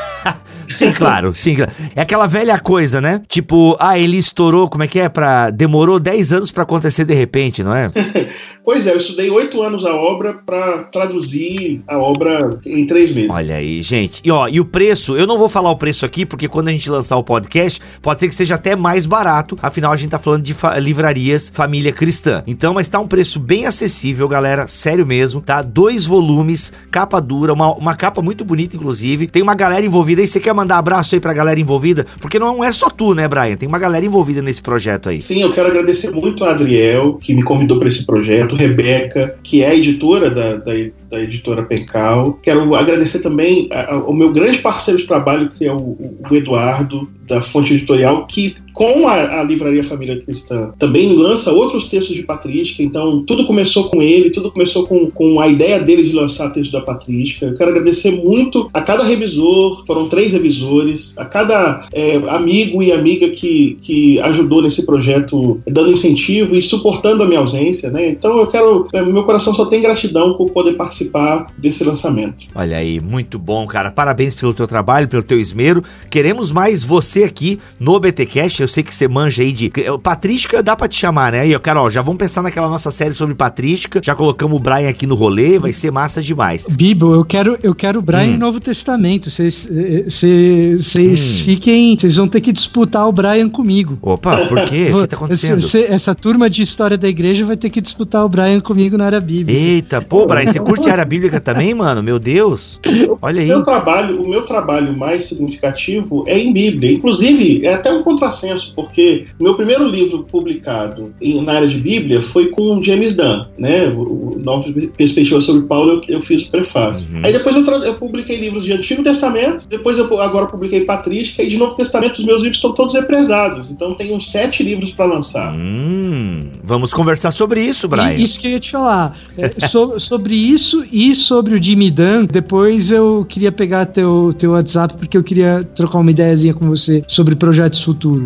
Sim, claro. É aquela velha coisa, né? Tipo, ele estourou, como é que é? Demorou 10 anos pra acontecer de repente, não é? Pois é, eu estudei 8 anos a obra pra traduzir a obra em 3 meses. Olha aí, gente. E o preço, eu não vou falar o preço aqui, porque quando a gente lançar o podcast, pode ser que seja até mais barato, afinal a gente tá falando de livrarias Família Cristã. Então, mas tá um preço bem acessível, galera, sério mesmo, tá? 2 volumes, capa dura, uma capa muito bonita, inclusive. Tem uma galera envolvida aí, você quer mandar abraço aí pra galera envolvida? Porque não é só tu, né, Brian? Tem uma galera envolvida nesse projeto aí. Sim, eu quero agradecer muito a Adriel, que me convidou para esse projeto, Rebeca, que é a editora da editora Pencal. Quero agradecer também ao meu grande parceiro de trabalho, que é o Eduardo, da Fonte Editorial, que com a Livraria Família Cristã também lança outros textos de patrística. Então tudo começou com ele, tudo começou com a ideia dele de lançar texto da patrística. Eu quero agradecer muito a cada revisor, foram 3 revisores, a cada amigo e amiga que ajudou nesse projeto, dando incentivo e suportando a minha ausência, né? Então meu coração só tem gratidão por poder participar desse lançamento. Olha aí, muito bom, cara. Parabéns pelo teu trabalho, pelo teu esmero. Queremos mais você aqui no BTcast. Eu sei que você manja aí de... Patrística dá pra te chamar, né? E, Carol, já vamos pensar naquela nossa série sobre patrística. Já colocamos o Brian aqui no rolê, vai ser massa demais. Bibo, eu quero o Brian em Novo Testamento. Vocês fiquem... Vocês vão ter que disputar o Brian comigo. Opa, por quê? O que tá acontecendo? Essa turma de história da igreja vai ter que disputar o Brian comigo na área bíblica. Eita, pô, Brian, você curte a área bíblica também, mano? Meu Deus. Olha aí. O meu trabalho mais significativo é em Bíblia. Inclusive, é até um contrassenso, porque o meu primeiro livro publicado na área de Bíblia foi com James Dunn, né? O Nova Perspectiva sobre Paulo, eu fiz o prefácio. Aí depois eu publiquei livros de Antigo Testamento, depois eu agora publiquei Patrística, e de Novo Testamento os meus livros estão todos represados. Então tenho 7 livros para lançar. Vamos conversar sobre isso, Brian. Isso que eu ia te falar. Sobre isso e sobre o Jimmy Dunn, depois eu queria pegar teu WhatsApp, porque eu queria trocar uma ideiazinha com você sobre projetos futuros.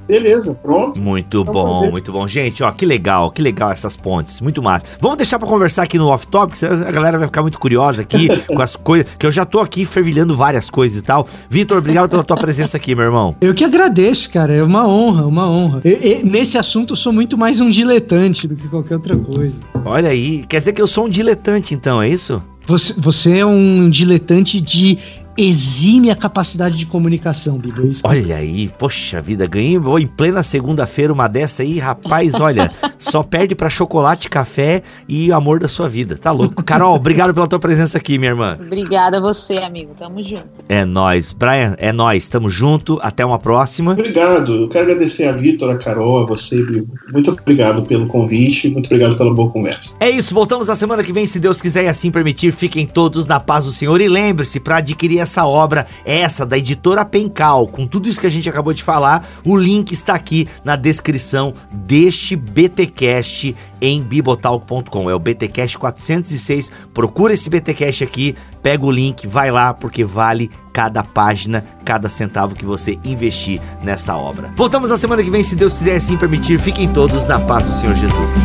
Beleza, pronto. Muito bom, muito bom. Gente, ó, que legal essas pontes, muito massa. Vamos deixar pra conversar aqui no Off Topic, a galera vai ficar muito curiosa aqui com as coisas, que eu já tô aqui fervilhando várias coisas e tal. Vitor, obrigado pela tua presença aqui, meu irmão. Eu que agradeço, cara, é uma honra, uma honra. Nesse assunto eu sou muito mais um diletante do que qualquer outra coisa. Olha aí, quer dizer que eu sou um diletante então, é isso? Você é um diletante de exime capacidade de comunicação, Bibo. Olha aí, poxa vida, ganhei em plena segunda-feira uma dessa aí, rapaz, olha, só perde pra chocolate, café e amor da sua vida, tá louco. Carol, obrigado pela tua presença aqui, minha irmã. Obrigada a você, amigo, tamo junto. É nóis. Brian, é nóis, tamo junto, até uma próxima. Obrigado, eu quero agradecer a Vitor, a Carol, a você, Bibo. Muito obrigado pelo convite, muito obrigado pela boa conversa. É isso, voltamos na semana que vem, se Deus quiser e assim permitir. Fiquem todos na paz do Senhor e lembre-se, para adquirir essa obra, essa da editora Pencal, com tudo isso que a gente acabou de falar, o link está aqui na descrição deste BTcast em bibotalk.com, é o BTcast 406, procura esse BTcast aqui, pega o link, vai lá, porque vale cada página, cada centavo que você investir nessa obra. Voltamos na semana que vem, se Deus quiser e assim permitir. Fiquem todos na paz do Senhor Jesus.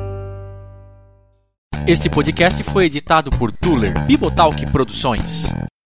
Este podcast foi editado por Tuller Bibotalk Produções.